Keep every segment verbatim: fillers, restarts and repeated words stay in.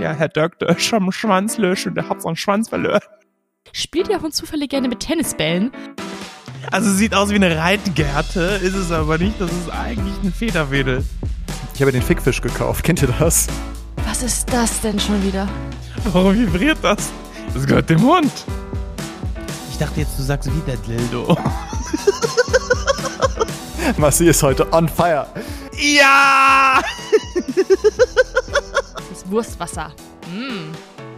ja, Herr Doktor ist schon am Schwanz löschen und der hat seinen Schwanz verloren. Spielt ihr ab und zu zufällig gerne mit Tennisbällen? Also sieht aus wie eine Reitgerte, ist es aber nicht, das ist eigentlich ein Federwedel. Ich habe den Fickfisch gekauft, kennt ihr das? Was ist das denn schon wieder? Warum vibriert das? Das gehört dem Hund. Ich dachte jetzt, du sagst wieder Dildo. Massi ist heute on fire. Ja! Das Wurstwasser. Mm.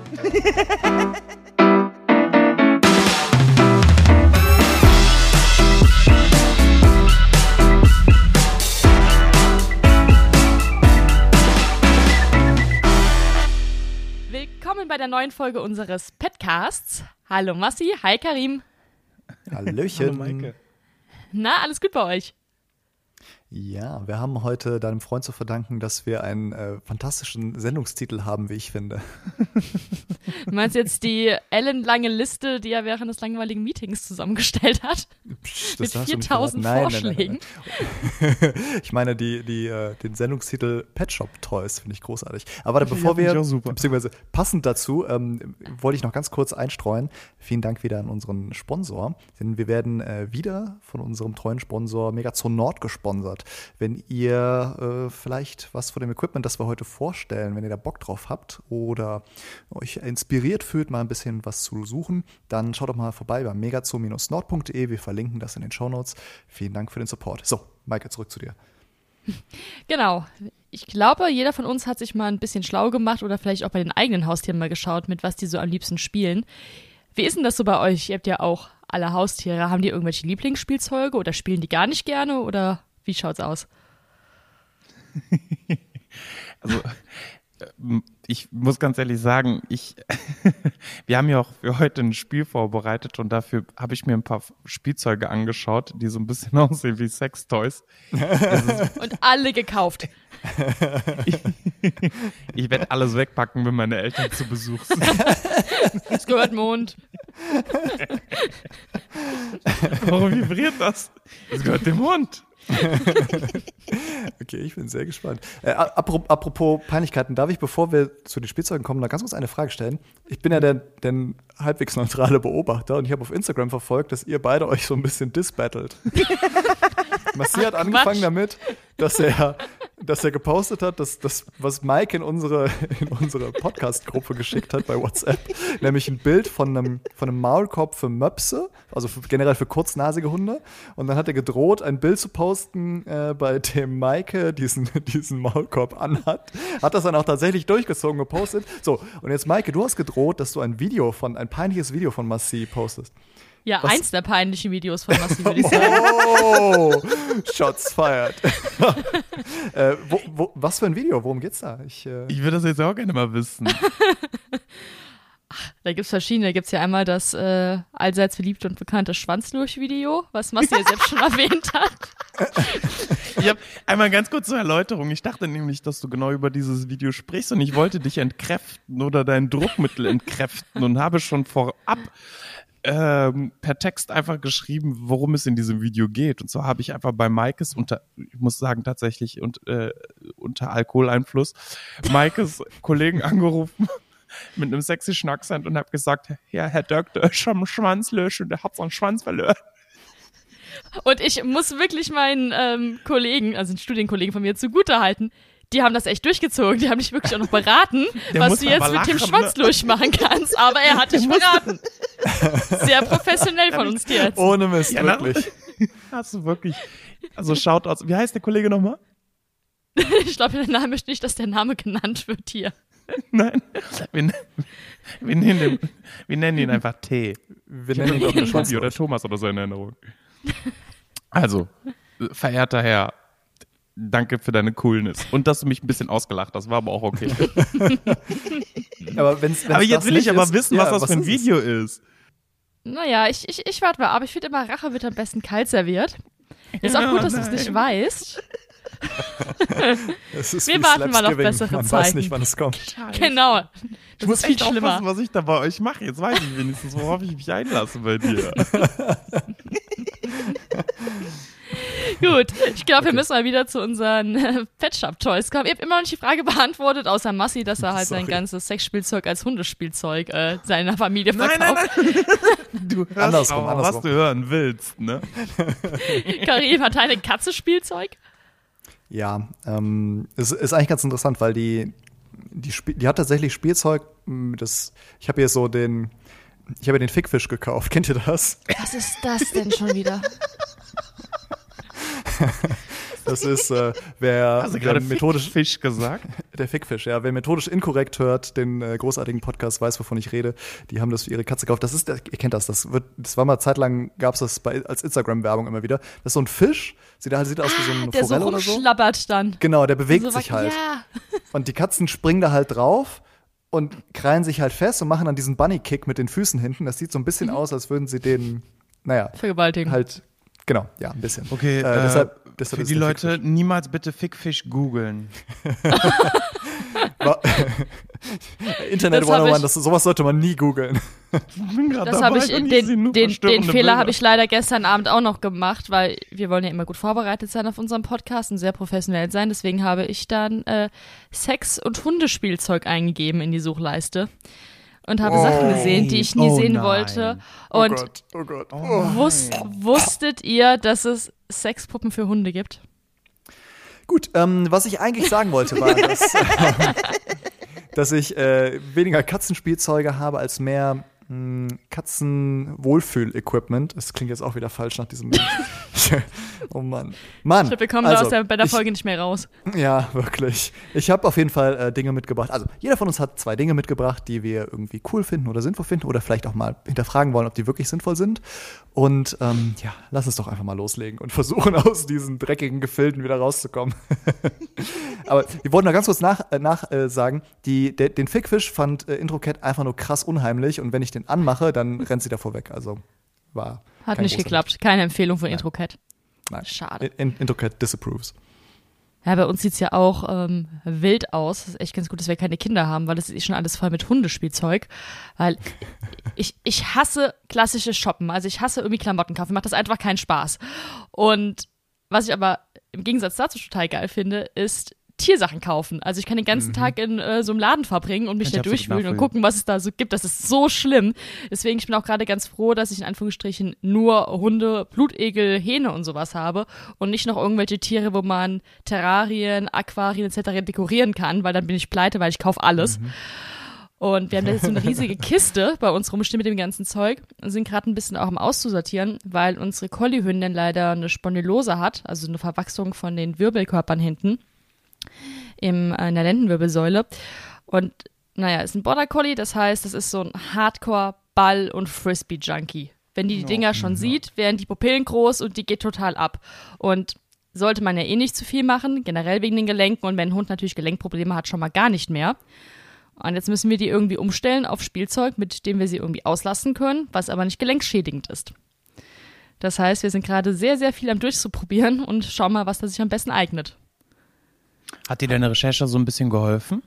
Willkommen bei der neuen Folge unseres Petcasts. Hallo Massi, hi Karim. Hallöchen. Hallo Maike. Na, alles gut bei euch? Ja, wir haben heute deinem Freund zu verdanken, dass wir einen äh, fantastischen Sendungstitel haben, wie ich finde. Du meinst jetzt die ellenlange Liste, die er während des langweiligen Meetings zusammengestellt hat? Psch, Mit hast du nicht viertausend verraten. Vorschlägen. Nein, nein, nein, nein. Ich meine, die, die, äh, den Sendungstitel Pet Shop Toys finde ich großartig. Aber warte, bevor wir, beziehungsweise passend dazu, ähm, wollte ich noch ganz kurz einstreuen. Vielen Dank wieder an unseren Sponsor, denn wir werden äh, wieder von unserem treuen Sponsor Megazone Nord gesponsert. Wenn ihr äh, vielleicht was von dem Equipment, das wir heute vorstellen, wenn ihr da Bock drauf habt oder euch inspiriert fühlt, mal ein bisschen was zu suchen, dann schaut doch mal vorbei bei megazone Nord punkt de. Wir verlinken das in den Shownotes. Vielen Dank für den Support. So, Maike, zurück zu dir. Genau. Ich glaube, jeder von uns hat sich mal ein bisschen schlau gemacht oder vielleicht auch bei den eigenen Haustieren mal geschaut, mit was die so am liebsten spielen. Wie ist denn das so bei euch? Ihr habt ja auch alle Haustiere. Haben die irgendwelche Lieblingsspielzeuge oder spielen die gar nicht gerne oder wie schaut's aus? Also, ich muss ganz ehrlich sagen, ich, wir haben ja auch für heute ein Spiel vorbereitet und dafür habe ich mir ein paar Spielzeuge angeschaut, die so ein bisschen aussehen wie Sextoys. Und alle gekauft. Ich, ich werde alles wegpacken, wenn meine Eltern zu Besuch sind. Es gehört Mond. Warum vibriert das? Es gehört dem Hund. Okay, ich bin sehr gespannt. Äh, apropos Peinlichkeiten, darf ich, bevor wir zu den Spielzeugen kommen, noch ganz kurz eine Frage stellen? Ich bin ja der, der halbwegs neutrale Beobachter und ich habe auf Instagram verfolgt, dass ihr beide euch so ein bisschen disbattelt. Massi hat angefangen Quatsch. damit, dass er, dass er gepostet hat, dass das, was Mike in unsere, in unsere Podcast-Gruppe geschickt hat bei WhatsApp, nämlich ein Bild von einem, von einem Maulkorb für Möpse, also für, generell für kurznasige Hunde. Und dann hat er gedroht, ein Bild zu posten, äh, bei dem Maike diesen, diesen Maulkorb anhat. Hat das dann auch tatsächlich durchgezogen gepostet. So, und jetzt Maike, du hast gedroht, dass du ein Video von, ein peinliches Video von Massi postest. Ja, Was? eins der peinlichen Videos von Massi, würde ich sagen. Oh, Shots fired. äh, wo, wo, was für ein Video? Worum geht's da? Ich, äh Ich würde das jetzt auch gerne mal wissen. Da gibt's verschiedene. Da gibt's ja einmal das äh, allseits beliebte und bekannte Schwanzlurch-Video, was Massi ja selbst schon erwähnt hat. Ich habe einmal ganz kurz zur Erläuterung. Ich dachte nämlich, dass du genau über dieses Video sprichst und ich wollte dich entkräften oder dein Druckmittel entkräften und habe schon vorab ähm, per Text einfach geschrieben, worum es in diesem Video geht. Und so habe ich einfach bei Maikes unter, ich muss sagen tatsächlich und, äh, unter Alkoholeinfluss, Maikes Kollegen angerufen mit einem sächsischen Akzent und habe gesagt, ja, Herr Doktor ist schon am Schwanz löschen und der hat seinen Schwanz verloren. Und ich muss wirklich meinen ähm, Kollegen, also einen Studienkollegen von mir, zugutehalten. Die haben das echt durchgezogen. Die haben dich wirklich auch noch beraten, Der was muss du jetzt aber mit dem lachen, Schwanzlurch machen kannst. Aber er hat dich beraten. Sehr professionell von uns, die jetzt. Ohne Mist, Ja, na- wirklich. Hast du wirklich, also schaut aus, wie heißt der Kollege nochmal? Ich glaube, der Name möchte nicht, dass der Name genannt wird hier. Nein, wir, wir, nennen den, wir nennen ihn einfach T. Wir nennen ihn doch Tobi Schwanz oder Thomas oder so in Erinnerung. Also, verehrter Herr, danke für deine Coolness. Und dass du mich ein bisschen ausgelacht hast, war aber auch okay. Aber, wenn's, wenn's aber jetzt das will ich nicht aber ist, wissen, ja, was das für ein ist Video ist. Naja, ich, ich, ich warte mal ab. Ich finde immer, Rache wird am besten kalt serviert. Ist auch gut, dass du es nicht weißt. Es ist Wir wie warten mal auf Slapsgiving. bessere Man weiß Zeiten. nicht, wann es kommt. Genau. Ich Das muss ist viel echt schlimmer. aufpassen, was ich da bei euch mache. Jetzt weiß ich wenigstens, worauf ich mich einlasse bei dir. Gut, ich glaube, okay. wir müssen mal wieder zu unseren äh, Pet Shop Toys kommen. Ihr habt immer noch nicht die Frage beantwortet, außer Massi, dass er halt Sorry. sein ganzes Sexspielzeug als Hundespielzeug äh, seiner Familie verkauft. Nein, nein, nein. Du hörst andersrum, auch, andersrum. was du hören willst, ne? Karim, hat deine Katze Spielzeug? Ja, ähm, es ist eigentlich ganz interessant, weil die, die, Sp- die hat tatsächlich Spielzeug. Das, ich habe hier so den, ich habe den Fickfisch gekauft. Kennt ihr das? Was ist das denn schon wieder? Das ist, äh, wer, Hast du wer gerade methodisch Fickfisch gesagt? Der Fickfisch, ja. Wer methodisch inkorrekt hört, den äh, großartigen Podcast weiß, wovon ich rede. Die haben das für ihre Katze gekauft. Das ist, ihr kennt das, das wird, das war mal zeitlang, gab es das bei, als Instagram-Werbung immer wieder. Das ist so ein Fisch, sieht, halt, sieht aus wie so eine der Forelle so oder so. Der so dann. Genau, der bewegt so sich war, halt. Ja. Und die Katzen springen da halt drauf und krallen sich halt fest und machen dann diesen Bunny-Kick mit den Füßen hinten. Das sieht so ein bisschen mhm. aus, als würden sie den, naja. Vergewaltigen. Halt, genau, ja, ein bisschen. Okay, äh, äh, deshalb, deshalb für die Leute Fickfisch. Niemals bitte Fickfisch googeln. Internet hunderteins, das, sowas sollte man nie googeln. Das habe ich, den, den, den Fehler habe ich leider gestern Abend auch noch gemacht, weil wir wollen ja immer gut vorbereitet sein auf unserem Podcast und sehr professionell sein. Deswegen habe ich dann äh, Sex- und Hundespielzeug eingegeben in die Suchleiste. Und habe oh, Sachen gesehen, die ich nie oh sehen nein. wollte. Und oh Gott, oh Gott. Oh wus- wusstet ihr, dass es Sexpuppen für Hunde gibt? Gut, ähm, was ich eigentlich sagen wollte, war, dass, äh, dass ich äh, weniger Katzenspielzeuge habe, als mehr mh, Katzenwohlfühl-Equipment. Das klingt jetzt auch wieder falsch nach diesem Oh Mann. Mann. Ich glaube, wir kommen also, da aus der, bei der ich, Folge nicht mehr raus. Ja, wirklich. Ich habe auf jeden Fall äh, Dinge mitgebracht. Also, jeder von uns hat zwei Dinge mitgebracht, die wir irgendwie cool finden oder sinnvoll finden oder vielleicht auch mal hinterfragen wollen, ob die wirklich sinnvoll sind. Und ähm, ja, lass uns doch einfach mal loslegen und versuchen, aus diesen dreckigen Gefilden wieder rauszukommen. Aber wir wollten noch ganz kurz nach, äh, nach äh, sagen, die, der, den Fickfisch fand äh, Introcat einfach nur krass unheimlich und wenn ich den anmache, dann rennt sie davor weg. Also war Hat nicht geklappt. Keine Empfehlung von Introcat. Nein. Schade. In, Introcat disapproves. Ja, bei uns sieht's ja auch ähm, wild aus. Das ist echt ganz gut, dass wir keine Kinder haben, weil das ist eh schon alles voll mit Hundespielzeug. Weil ich, ich hasse klassisches Shoppen. Also ich hasse irgendwie Klamotten kaufen. Mir macht das einfach keinen Spaß. Und was ich aber im Gegensatz dazu total geil finde, ist Tiersachen kaufen. Also ich kann den ganzen mhm. Tag in äh, so einem Laden verbringen und mich da durchwühlen und gucken, was es da so gibt. Das ist so schlimm. Deswegen, ich bin auch gerade ganz froh, dass ich in Anführungsstrichen nur Hunde, Blutegel, Hähne und sowas habe und nicht noch irgendwelche Tiere, wo man Terrarien, Aquarien et cetera dekorieren kann, weil dann bin ich pleite, weil ich kaufe alles. Mhm. Und wir haben da jetzt so eine riesige Kiste bei uns rumstehen mit dem ganzen Zeug und sind gerade ein bisschen auch am Auszusortieren, weil unsere Collie-Hündin leider eine Spondylose hat, also eine Verwachsung von den Wirbelkörpern hinten. Im, in der Lendenwirbelsäule. Und naja, ist ein Border Collie, das heißt, das ist so ein Hardcore-Ball- und Frisbee-Junkie. Wenn die die Dinger schon sieht, werden die Pupillen groß und die geht total ab. Und sollte man ja eh nicht zu viel machen, generell wegen den Gelenken und wenn ein Hund natürlich Gelenkprobleme hat, schon mal gar nicht mehr. Und jetzt müssen wir die irgendwie umstellen auf Spielzeug, mit dem wir sie irgendwie auslassen können, was aber nicht gelenkschädigend ist. Das heißt, wir sind gerade sehr, sehr viel am Durchzuprobieren und schauen mal, was da sich am besten eignet. Hat dir deine Recherche so ein bisschen geholfen?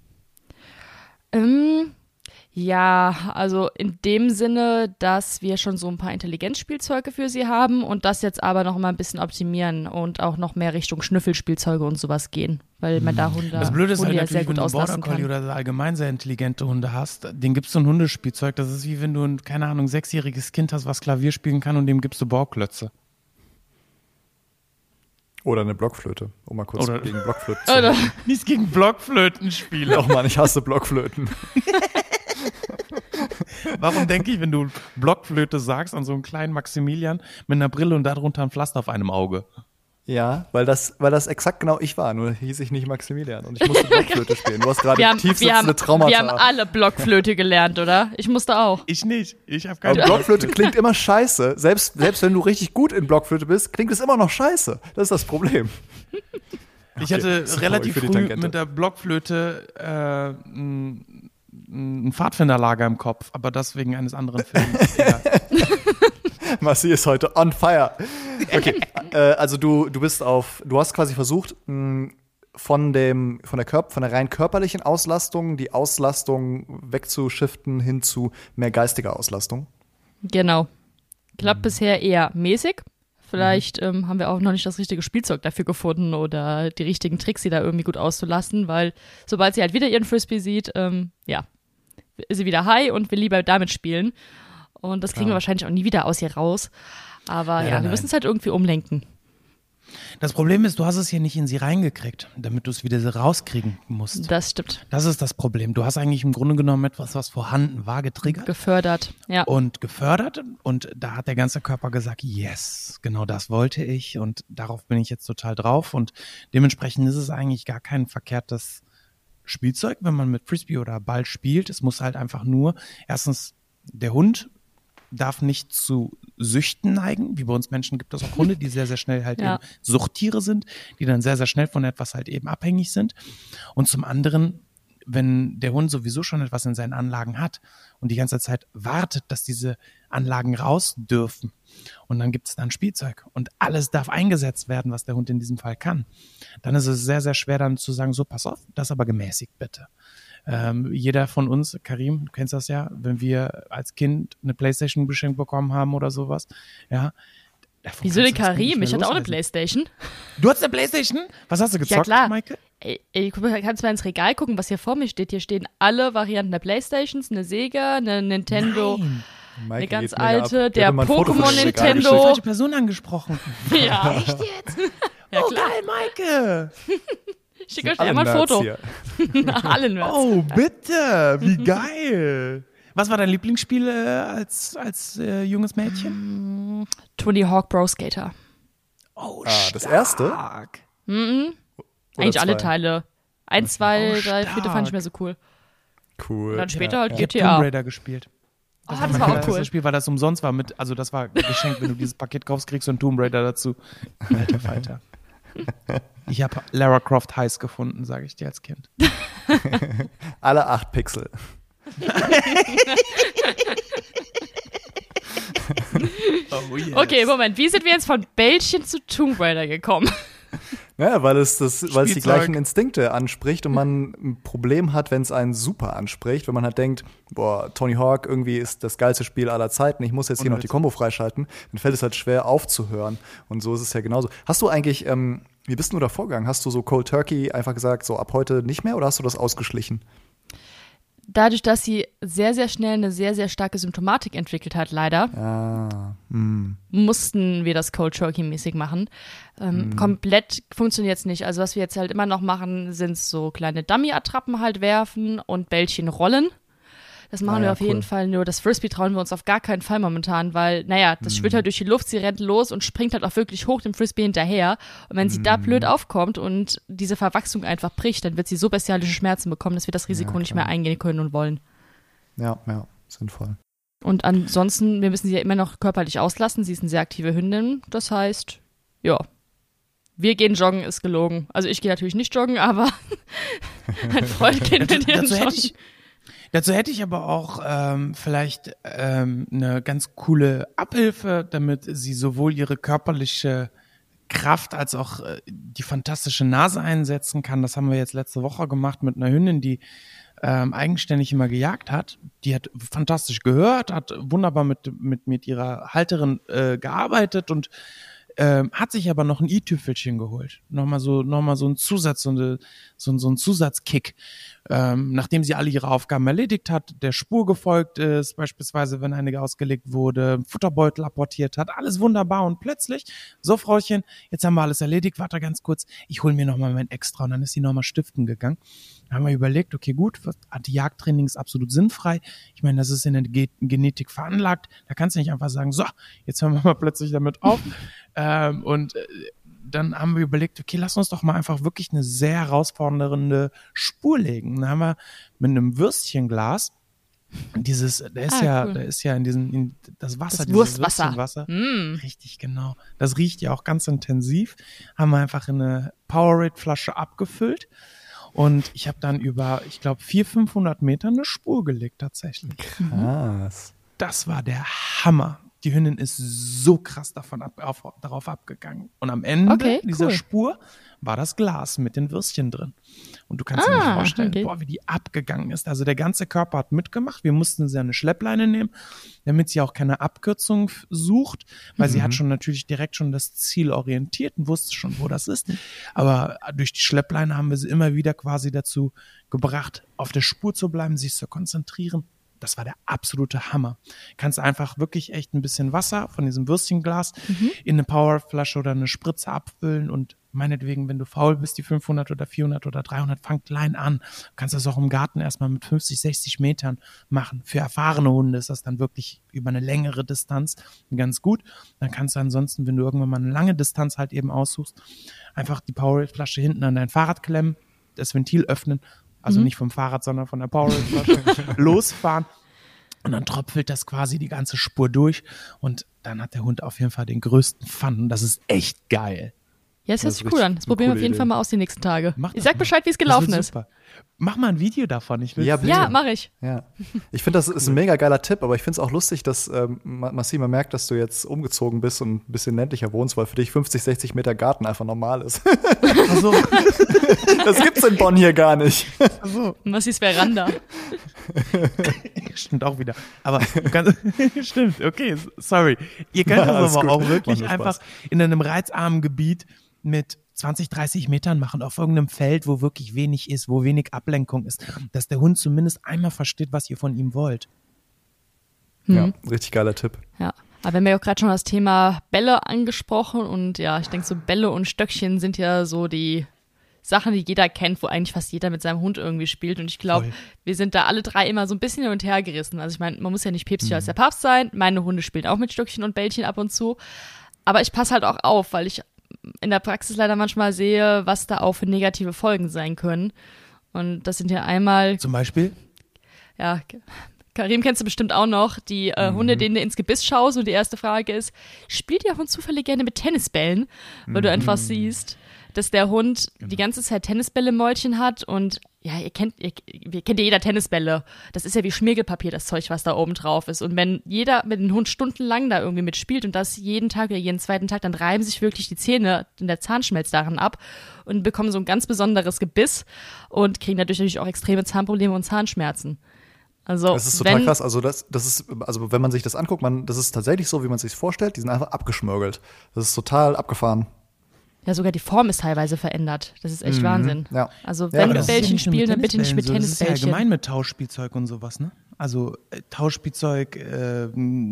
Ähm, ja, also in dem Sinne, dass wir schon so ein paar Intelligenzspielzeuge für sie haben und das jetzt aber noch mal ein bisschen optimieren und auch noch mehr Richtung Schnüffelspielzeuge und sowas gehen, weil man da Hunde, das Blöde ist Hunde halt ja sehr gut wenn du auslassen Border Collie kann. oder allgemein sehr intelligente Hunde hast, dem gibst du ein Hundespielzeug, das ist wie wenn du ein, keine Ahnung, sechsjähriges Kind hast, was Klavier spielen kann und dem gibst du Bauklötze. Oder eine Blockflöte, um mal kurz oder, gegen Blockflöten zu reden. Nichts gegen Blockflöten spielen. Ach man, ich hasse Blockflöten. Warum denke ich, wenn du Blockflöte sagst, an so einen kleinen Maximilian mit einer Brille und darunter ein Pflaster auf einem Auge? Ja, weil das, weil das exakt genau ich war, nur hieß ich nicht Maximilian und ich musste Blockflöte spielen. Du hast gerade tief sitzende Traumata. Wir haben alle Blockflöte gelernt, oder? Ich musste auch. Ich nicht. Ich habe keine Aber Blockflöte klingt immer scheiße. Selbst, selbst wenn du richtig gut in Blockflöte bist, klingt es immer noch scheiße. Das ist das Problem. Ich hatte okay, relativ früh mit der Blockflöte äh, ein, ein Pfadfinderlager im Kopf, aber das wegen eines anderen Films. Massi ist heute on fire. Okay, äh, also du, du bist auf, du hast quasi versucht, mh, von dem, von der Körp- von der rein körperlichen Auslastung die Auslastung wegzuschiften hin zu mehr geistiger Auslastung. Genau. Klappt mhm. bisher eher mäßig. Vielleicht mhm. ähm, haben wir auch noch nicht das richtige Spielzeug dafür gefunden oder die richtigen Tricks, sie da irgendwie gut auszulassen, weil sobald sie halt wieder ihren Frisbee sieht, ähm, ja, ist sie wieder high und will lieber damit spielen. Und das kriegen Klar. wir wahrscheinlich auch nie wieder aus ihr raus. Aber ja, ja wir müssen es halt irgendwie umlenken. Das Problem ist, du hast es hier nicht in sie reingekriegt, damit du es wieder rauskriegen musst. Das stimmt. Das ist das Problem. Du hast eigentlich im Grunde genommen etwas, was vorhanden war, getriggert. Gefördert, ja. Und gefördert. Und da hat der ganze Körper gesagt, yes, genau das wollte ich. Und darauf bin ich jetzt total drauf. Und dementsprechend ist es eigentlich gar kein verkehrtes Spielzeug, wenn man mit Frisbee oder Ball spielt. Es muss halt einfach nur, erstens, der Hund darf nicht zu Süchten neigen. Wie bei uns Menschen gibt es auch Hunde, die sehr, sehr schnell halt ja. eben Suchttiere sind, die dann sehr, sehr schnell von etwas halt eben abhängig sind. Und zum anderen, wenn der Hund sowieso schon etwas in seinen Anlagen hat und die ganze Zeit wartet, dass diese Anlagen raus dürfen und dann gibt es dann Spielzeug und alles darf eingesetzt werden, was der Hund in diesem Fall kann, dann ist es sehr, sehr schwer dann zu sagen, so pass auf, das aber gemäßigt bitte. Ähm, jeder von uns, Karim, du kennst das ja, wenn wir als Kind eine Playstation geschenkt bekommen haben oder sowas, ja. Wieso denn Karim? Ich hatte auch eine Playstation. Du hattest eine Playstation? Was hast du gezockt, ja, klar. Maike? Ey, ey, du kannst mal ins Regal gucken, was hier vor mir steht. Hier stehen alle Varianten der Playstations, eine Sega, eine Nintendo, Nein. eine ganz alte, der Pokémon Nintendo. Ich habe die falsche Person angesprochen. Ja. Echt jetzt? Ja, oh, klar. Geil, Maike. Ich schicke euch da mal ein Foto. Alle Nerds. Oh, bitte. Wie geil. Was war dein Lieblingsspiel äh, als, als äh, junges Mädchen? Tony Hawk Pro Skater. Oh, ah, das erste? Mhm. Eigentlich zwei? Alle Teile. Eins, zwei, oh, drei, vierte fand ich mehr so cool. Cool. Und dann später ja, halt ja. G T A. Ich hab Tomb Raider gespielt. Das, oh, war das war auch cool. Das Spiel, weil das umsonst war. Mit, also das war geschenkt, wenn du dieses Paket kaufst, kriegst du einen Tomb Raider dazu. Alter Falter. Ich habe Lara Croft heiß gefunden, sage ich dir als Kind. Alle acht Pixel. Oh, yes. Okay, Moment. Wie sind wir jetzt von Bällchen zu Tomb Raider gekommen? Ja, weil es, das, weil es die gleichen Instinkte anspricht und man ein Problem hat, wenn es einen super anspricht. Wenn man halt denkt, boah, Tony Hawk irgendwie ist das geilste Spiel aller Zeiten, ich muss jetzt hier noch die Combo freischalten, dann fällt es halt schwer aufzuhören. Und so ist es ja genauso. Hast du eigentlich, ähm, wie bist du da vorgegangen? Hast du so Cold Turkey einfach gesagt, so ab heute nicht mehr oder hast du das ausgeschlichen? Dadurch, dass sie sehr, sehr schnell eine sehr, sehr starke Symptomatik entwickelt hat, leider, ah, mm. mussten wir das Cold Turkey-mäßig machen. Ähm, mm. Komplett funktioniert es nicht. Also was wir jetzt halt immer noch machen, sind so kleine Dummy-Attrappen halt werfen und Bällchen rollen. Das machen ah, wir ja, auf cool. jeden Fall, nur das Frisbee trauen wir uns auf gar keinen Fall momentan, weil, naja, das mm. schwirrt halt durch die Luft, sie rennt los und springt halt auch wirklich hoch dem Frisbee hinterher. Und wenn sie mm. da blöd aufkommt und diese Verwachsung einfach bricht, dann wird sie so bestialische Schmerzen bekommen, dass wir das Risiko ja, nicht mehr eingehen können und wollen. Ja, ja, sinnvoll. Und ansonsten, wir müssen sie ja immer noch körperlich auslassen. Sie ist eine sehr aktive Hündin, das heißt, ja, wir gehen joggen, ist gelogen. Also ich gehe natürlich nicht joggen, aber mein Freund geht mit ihr joggen. Dazu hätte ich aber auch ähm, vielleicht ähm, eine ganz coole Abhilfe, damit sie sowohl ihre körperliche Kraft als auch äh, die fantastische Nase einsetzen kann. Das haben wir jetzt letzte Woche gemacht mit einer Hündin, die ähm, eigenständig immer gejagt hat. Die hat fantastisch gehört, hat wunderbar mit, mit, mit ihrer Halterin äh, gearbeitet und Ähm, hat sich aber noch ein i-Tüpfelchen geholt. Nochmal so, nochmal so ein Zusatz, so, eine, so, so ein Zusatzkick. Ähm, nachdem sie alle ihre Aufgaben erledigt hat, der Spur gefolgt ist, beispielsweise, wenn einige ausgelegt wurde, Futterbeutel apportiert hat, alles wunderbar und plötzlich, so Frauchen, jetzt haben wir alles erledigt, warte ganz kurz, ich hole mir nochmal mein Extra und dann ist sie nochmal stiften gegangen. Da haben wir überlegt, okay gut, Anti-Jagdtraining ist absolut sinnfrei. Ich meine, das ist in der Ge- Genetik veranlagt, da kannst du nicht einfach sagen, so, jetzt hören wir mal plötzlich damit auf. ähm, und äh, dann haben wir überlegt, okay, lass uns doch mal einfach wirklich eine sehr herausfordernde Spur legen. Dann haben wir mit einem Würstchenglas dieses, da ist ah, ja, cool. da ist ja in diesem, in das Wasser, das dieses Wurstwasser. Würstchenwasser. Mm. Richtig, genau. Das riecht ja auch ganz intensiv. Haben wir einfach in eine Powerade-Flasche abgefüllt. Und ich habe dann über, ich glaube, vierhundert, fünfhundert Meter eine Spur gelegt tatsächlich. Krass. Das war der Hammer. Die Hündin ist so krass davon ab, auf, darauf abgegangen. Und am Ende okay, dieser cool. Spur war das Glas mit den Würstchen drin. Und du kannst ah, dir nicht vorstellen, okay. boah, wie die abgegangen ist. Also der ganze Körper hat mitgemacht. Wir mussten sie eine Schleppleine nehmen, damit sie auch keine Abkürzung sucht, weil mhm. sie hat schon natürlich direkt schon das Ziel orientiert und wusste schon, wo das ist. Aber durch die Schleppleine haben wir sie immer wieder quasi dazu gebracht, auf der Spur zu bleiben, sich zu konzentrieren. Das war der absolute Hammer. Kannst einfach wirklich echt ein bisschen Wasser von diesem Würstchenglas mhm. in eine Powerflasche oder eine Spritze abfüllen und meinetwegen, wenn du faul bist, die fünfhundert oder vierhundert oder dreihundert, fang klein an. Du kannst das auch im Garten erstmal mit fünfzig, sechzig Metern machen. Für erfahrene Hunde ist das dann wirklich über eine längere Distanz ganz gut. Dann kannst du ansonsten, wenn du irgendwann mal eine lange Distanz halt eben aussuchst, einfach die Powerade-Flasche hinten an dein Fahrrad klemmen, das Ventil öffnen, also mhm. nicht vom Fahrrad, sondern von der Powerade-Flasche losfahren. Und dann tröpfelt das quasi die ganze Spur durch und dann hat der Hund auf jeden Fall den größten Fun. Und das ist echt geil. Ja, das hört sich cool an. Das probieren wir auf jeden Idee. Fall mal aus die nächsten Tage. Mach ich sag Bescheid, wie es gelaufen ist. Super. Mach mal ein Video davon. Ich will ja, ja, mach ich. Ja. Ich finde, das ist ein mega geiler Tipp, aber ich finde es auch lustig, dass ähm, Massima merkt, dass du jetzt umgezogen bist und ein bisschen ländlicher wohnst, weil für dich fünfzig, sechzig Meter Garten einfach normal ist. Ach so. Das gibt's in Bonn hier gar nicht. Ach so. Massis Veranda. Stimmt auch wieder. Aber ganz, stimmt, okay, sorry. Ihr könnt ja, das aber auch wirklich einfach in einem reizarmen Gebiet mit zwanzig, dreißig Metern machen, auf irgendeinem Feld, wo wirklich wenig ist, wo wenig Ablenkung ist, dass der Hund zumindest einmal versteht, was ihr von ihm wollt. Ja, hm. richtig geiler Tipp. Ja, aber wir haben ja auch gerade schon das Thema Bälle angesprochen und ja, ich denke so Bälle und Stöckchen sind ja so die Sachen, die jeder kennt, wo eigentlich fast jeder mit seinem Hund irgendwie spielt und ich glaube, wir sind da alle drei immer so ein bisschen hin und her gerissen. Also ich meine, man muss ja nicht päpstlicher mhm. als der Papst sein, meine Hunde spielen auch mit Stöckchen und Bällchen ab und zu, aber ich passe halt auch auf, weil ich in der Praxis leider manchmal sehe, was da auch für negative Folgen sein können. Und das sind ja einmal... Zum Beispiel? Ja, Karim kennst du bestimmt auch noch, die äh, mhm. Hunde, denen du ins Gebiss schaust und die erste Frage ist, spielt ihr auch von Zufälle gerne mit Tennisbällen? Weil mhm. du einfach siehst, dass der Hund genau. die ganze Zeit Tennisbälle im Mäulchen hat und ja, ihr kennt, ihr, ihr kennt ja jeder Tennisbälle. Das ist ja wie Schmirgelpapier, das Zeug, was da oben drauf ist. Und wenn jeder mit dem Hund stundenlang da irgendwie mitspielt und das jeden Tag oder jeden zweiten Tag, dann reiben sich wirklich die Zähne in der Zahnschmelz daran ab und bekommen so ein ganz besonderes Gebiss und kriegen dadurch natürlich auch extreme Zahnprobleme und Zahnschmerzen. Also, das ist total wenn, krass. Also das, das ist, also wenn man sich das anguckt, man, das ist tatsächlich so, wie man es sich vorstellt. Die sind einfach abgeschmörgelt. Das ist total abgefahren. Ja, sogar die Form ist teilweise verändert. Das ist echt mhm. Wahnsinn. Ja. Also wenn ja, Bällchen spielen, dann bitte nicht mit so. Tennisbällchen. Das ist ja allgemein mit Tauschspielzeug und sowas, ne? Also äh, Tauschspielzeug, äh,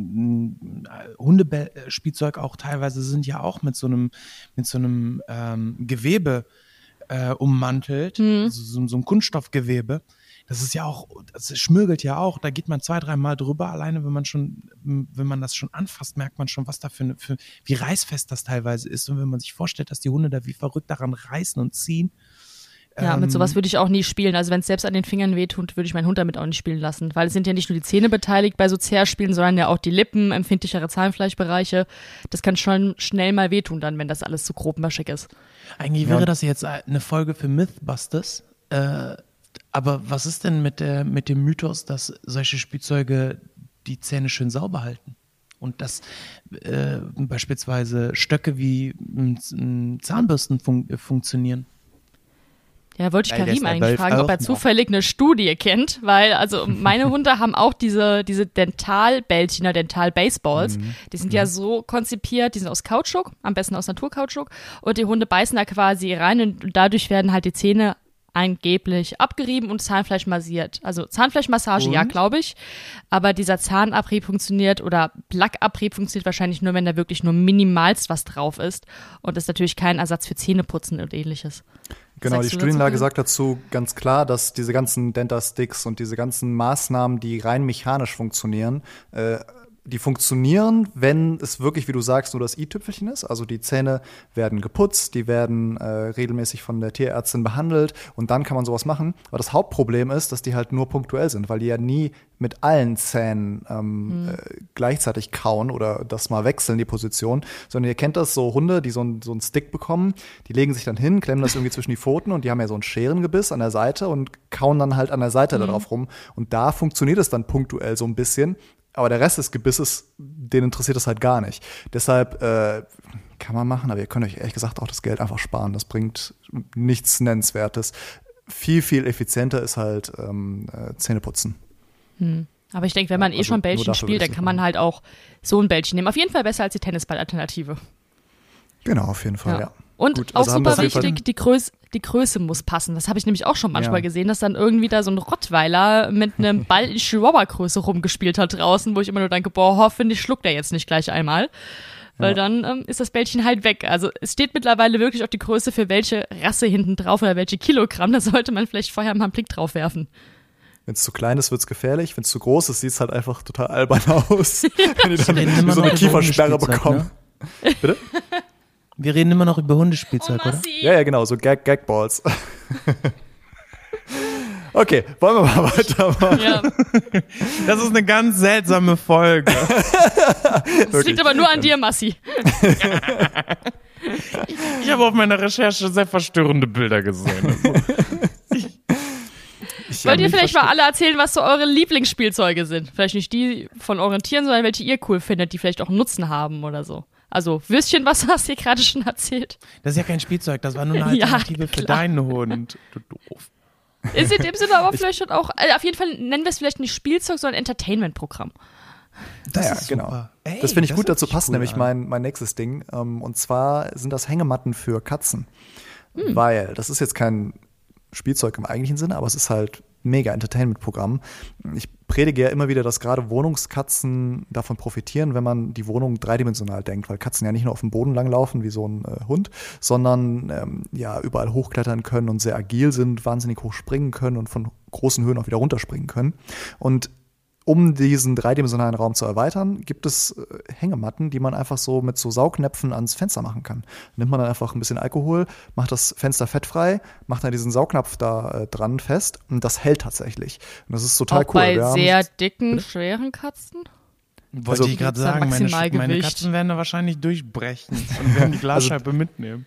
Hundespielzeug auch teilweise sind ja auch mit so einem mit so einem ähm, Gewebe äh, ummantelt, mhm. also so, so ein Kunststoffgewebe. Das ist ja auch, das schmürgelt ja auch, da geht man zwei, dreimal drüber, alleine wenn man schon, wenn man das schon anfasst, merkt man schon, was da für, für wie reißfest das teilweise ist. Und wenn man sich vorstellt, dass die Hunde da wie verrückt daran reißen und ziehen. Ja, ähm, mit sowas würde ich auch nie spielen. Also wenn es selbst an den Fingern wehtut, würde ich meinen Hund damit auch nicht spielen lassen. Weil es sind ja nicht nur die Zähne beteiligt bei so Zerrspielen, sondern ja auch die Lippen, empfindlichere Zahnfleischbereiche. Das kann schon schnell mal wehtun dann, wenn das alles zu grob maschig ist. Eigentlich wäre ja. das jetzt eine Folge für Mythbusters, äh, aber was ist denn mit der mit dem Mythos, dass solche Spielzeuge die Zähne schön sauber halten? Und dass äh, beispielsweise Stöcke wie m, Zahnbürsten fun- funktionieren? Ja, wollte ich Karim eigentlich fragen, ob er zufällig eine Studie kennt, weil also meine Hunde haben auch diese, diese Dentalbällchen oder Dental-Baseballs. Mhm. Die sind mhm. ja so konzipiert, die sind aus Kautschuk, am besten aus Naturkautschuk. Und die Hunde beißen da quasi rein und dadurch werden halt die Zähne angeblich abgerieben und Zahnfleisch massiert. Also Zahnfleischmassage, und? ja, glaube ich. Aber dieser Zahnabrieb funktioniert oder Plackabrieb funktioniert wahrscheinlich nur, wenn da wirklich nur minimalst was drauf ist. Und das ist natürlich kein Ersatz für Zähneputzen und ähnliches. Genau, die Studienlage sagt dazu ganz klar, dass diese ganzen Dentasticks und diese ganzen Maßnahmen, die rein mechanisch funktionieren, äh, die funktionieren, wenn es wirklich, wie du sagst, nur das i-Tüpfelchen ist. Also die Zähne werden geputzt, die werden äh, regelmäßig von der Tierärztin behandelt und dann kann man sowas machen. Aber das Hauptproblem ist, dass die halt nur punktuell sind, weil die ja nie mit allen Zähnen ähm, mhm. äh, gleichzeitig kauen oder das mal wechseln, die Position. Sondern ihr kennt das, so Hunde, die so, ein, so einen Stick bekommen, die legen sich dann hin, klemmen das irgendwie zwischen die Pfoten und die haben ja so ein Scherengebiss an der Seite und kauen dann halt an der Seite mhm. da drauf rum. Und da funktioniert es dann punktuell so ein bisschen. Aber der Rest des Gebisses, den interessiert das halt gar nicht. Deshalb äh, kann man machen, aber ihr könnt euch ehrlich gesagt auch das Geld einfach sparen. Das bringt nichts Nennenswertes. Viel, viel effizienter ist halt ähm, äh, Zähneputzen. Hm. Aber ich denke, wenn man ja, also eh schon Bällchen spielt, dann kann man halt auch so ein Bällchen nehmen. Auf jeden Fall besser als die Tennisballalternative. Genau, auf jeden Fall, ja. ja. Und Gut, auch also super wichtig, die Größe, die Größe muss passen. Das habe ich nämlich auch schon manchmal ja. gesehen, dass dann irgendwie da so ein Rottweiler mit einem Ball in Chihuahua-Größe rumgespielt hat draußen, wo ich immer nur denke, boah, hoffentlich schluckt er jetzt nicht gleich einmal. Weil ja. dann ähm, ist das Bällchen halt weg. Also es steht mittlerweile wirklich auf die Größe für welche Rasse hinten drauf oder welche Kilogramm. Da sollte man vielleicht vorher mal einen Blick drauf werfen. Wenn es zu klein ist, wird es gefährlich. Wenn es zu groß ist, sieht es halt einfach total albern aus. Wenn die dann so eine Kiefersperre bekommen. Ne? Bitte? Wir reden immer noch über Hundespielzeug, oh, oder? Ja, ja, genau, so Gag Gagballs. Okay, wollen wir mal weitermachen? Ja. Das ist eine ganz seltsame Folge. Das liegt aber nur an dir, Massi. Ich, ich habe auf meiner Recherche sehr verstörende Bilder gesehen. Also. Ich, ich Wollt ihr vielleicht mal alle erzählen, was so eure Lieblingsspielzeuge sind? Vielleicht nicht die von euren Tieren, sondern welche ihr cool findet, die vielleicht auch Nutzen haben oder so. Also, Würstchenwasser hast du gerade schon erzählt. Das ist ja kein Spielzeug, das war nur eine Alternative ja, für deinen Hund. Du doof. Ist in dem Sinne aber vielleicht schon auch, also auf jeden Fall nennen wir es vielleicht nicht Spielzeug, sondern Entertainment-Programm. Das ja, ist genau. Ey, das finde ich das gut, dazu passt cool nämlich mein, mein nächstes Ding. Und zwar sind das Hängematten für Katzen. Hm. Weil, das ist jetzt kein Spielzeug im eigentlichen Sinne, aber es ist halt mega Entertainment-Programm. Ich predige ja immer wieder, dass gerade Wohnungskatzen davon profitieren, wenn man die Wohnung dreidimensional denkt, weil Katzen ja nicht nur auf dem Boden langlaufen wie so ein äh, Hund, sondern ähm, ja überall hochklettern können und sehr agil sind, wahnsinnig hoch springen können und von großen Höhen auch wieder runterspringen können. Und um diesen dreidimensionalen Raum zu erweitern, gibt es äh, Hängematten, die man einfach so mit so Saugnäpfen ans Fenster machen kann. Nimmt man dann einfach ein bisschen Alkohol, macht das Fenster fettfrei, macht dann diesen Saugnapf da äh, dran fest und das hält tatsächlich. Und das ist total auch cool. Bei Wir sehr haben, dicken, schweren Katzen? Wollte also, ich gerade sagen, meine, meine Katzen werden da wahrscheinlich durchbrechen und werden die Glasscheibe also, mitnehmen.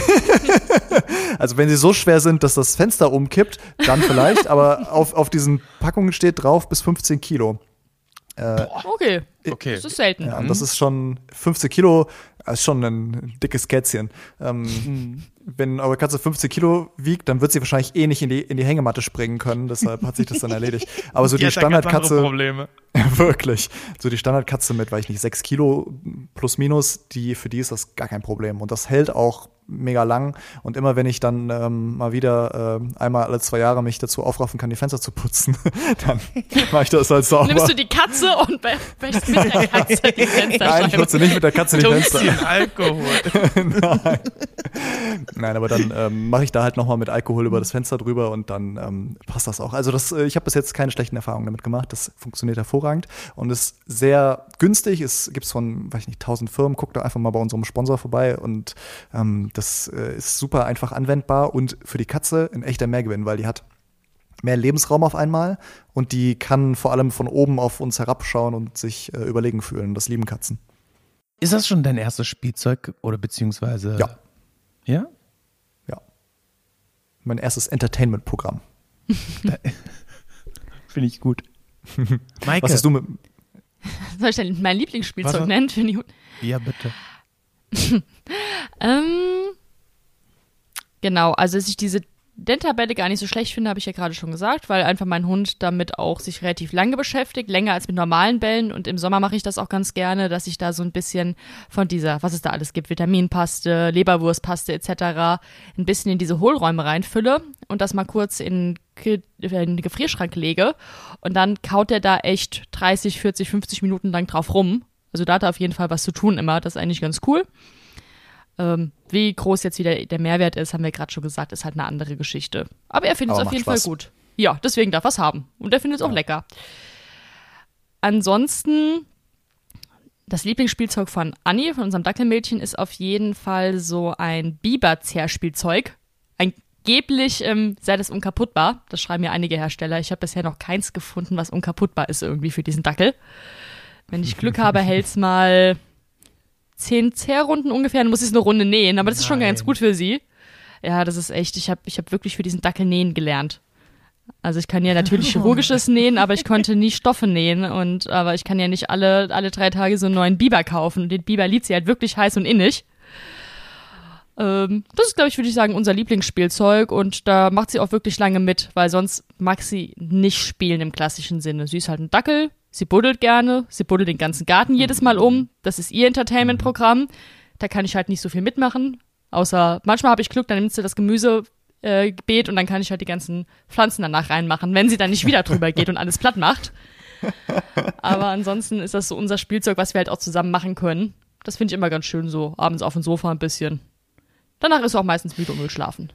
Also wenn sie so schwer sind, dass das Fenster umkippt, dann vielleicht, aber auf, auf diesen Packungen steht drauf bis fünfzehn Kilo. Äh, okay. okay, das ist selten. Ja, das ist schon fünfzehn Kilo, ist schon ein dickes Kätzchen. Ähm, mhm. Wenn eure Katze fünfzehn Kilo wiegt, dann wird sie wahrscheinlich eh nicht in die, in die Hängematte springen können, deshalb hat sich das dann erledigt. Aber so die, die Standardkatze, Probleme. Wirklich, so die Standardkatze mit, weiß ich nicht, sechs Kilo plus minus, die, für die ist das gar kein Problem. Und das hält auch mega lang. Und immer wenn ich dann ähm, mal wieder äh, einmal alle zwei Jahre mich dazu aufraffen kann, die Fenster zu putzen, dann mache ich das halt sauber. Nimmst du die Katze und wäschst mit der Katze die Fenster? Nein, ich putze nicht mit der Katze die Fenster. Alkohol. Nein. Nein, aber dann ähm, mache ich da halt nochmal mit Alkohol über das Fenster drüber und dann ähm, passt das auch. Also das, äh, ich habe bis jetzt keine schlechten Erfahrungen damit gemacht. Das funktioniert hervorragend und ist sehr günstig. Es gibt es von, weiß ich nicht, tausend Firmen. Guckt da einfach mal bei unserem Sponsor vorbei und ähm, das äh, ist super einfach anwendbar und für die Katze ein echter Mehrgewinn, weil die hat mehr Lebensraum auf einmal und die kann vor allem von oben auf uns herabschauen und sich äh, überlegen fühlen. Das lieben Katzen. Ist das schon dein erstes Spielzeug oder beziehungsweise? Ja. Ja? Ja. Mein erstes Entertainment-Programm. Finde ich gut. Maike. Was hast du mit? Soll ich denn mein Lieblingsspielzeug Was? nennen? Für die ja, bitte. ähm, genau, also dass ich diese Dentabelle gar nicht so schlecht finde, habe ich ja gerade schon gesagt, weil einfach mein Hund damit auch sich relativ lange beschäftigt, länger als mit normalen Bällen und im Sommer mache ich das auch ganz gerne, dass ich da so ein bisschen von dieser, was es da alles gibt, Vitaminpaste, Leberwurstpaste et cetera, ein bisschen in diese Hohlräume reinfülle und das mal kurz in, in den Gefrierschrank lege und dann kaut der da echt dreißig, vierzig, fünfzig Minuten lang drauf rum. Also da hat er auf jeden Fall was zu tun immer, das ist eigentlich ganz cool. Ähm, wie groß jetzt wieder der Mehrwert ist, haben wir gerade schon gesagt, ist halt eine andere Geschichte. Aber er findet es auf jeden Spaß. Fall gut. Ja, deswegen darf er es haben. Und er findet es ja. auch lecker. Ansonsten, das Lieblingsspielzeug von Anni, von unserem Dackelmädchen, ist auf jeden Fall so ein Biber-Zerrspielzeug. Angeblich ähm, sei das unkaputtbar. Das schreiben ja einige Hersteller. Ich habe bisher noch keins gefunden, was unkaputtbar ist irgendwie für diesen Dackel. Wenn ich Glück habe, hält's mal zehn Zerrrunden ungefähr, dann muss ich es eine Runde nähen, aber das Nein. ist schon ganz gut für sie. Ja, das ist echt, ich habe ich hab wirklich für diesen Dackel nähen gelernt. Also ich kann ja natürlich chirurgisches nähen, aber ich konnte nie Stoffe nähen. Und aber ich kann ja nicht alle, alle drei Tage so einen neuen Biber kaufen. Und den Biber liebt sie halt wirklich heiß und innig. Ähm, das ist, glaube ich, würde ich sagen, unser Lieblingsspielzeug. Und da macht sie auch wirklich lange mit, weil sonst mag sie nicht spielen im klassischen Sinne. Sie ist halt ein Dackel, sie buddelt gerne, sie buddelt den ganzen Garten jedes Mal um. Das ist ihr Entertainment-Programm. Da kann ich halt nicht so viel mitmachen. Außer manchmal habe ich Glück, dann nimmt sie das Gemüse Äh, Beet und dann kann ich halt die ganzen Pflanzen danach reinmachen, wenn sie dann nicht wieder drüber geht und alles platt macht. Aber ansonsten ist das so unser Spielzeug, was wir halt auch zusammen machen können. Das finde ich immer ganz schön so, abends auf dem Sofa ein bisschen. Danach ist sie auch meistens müde und will schlafen.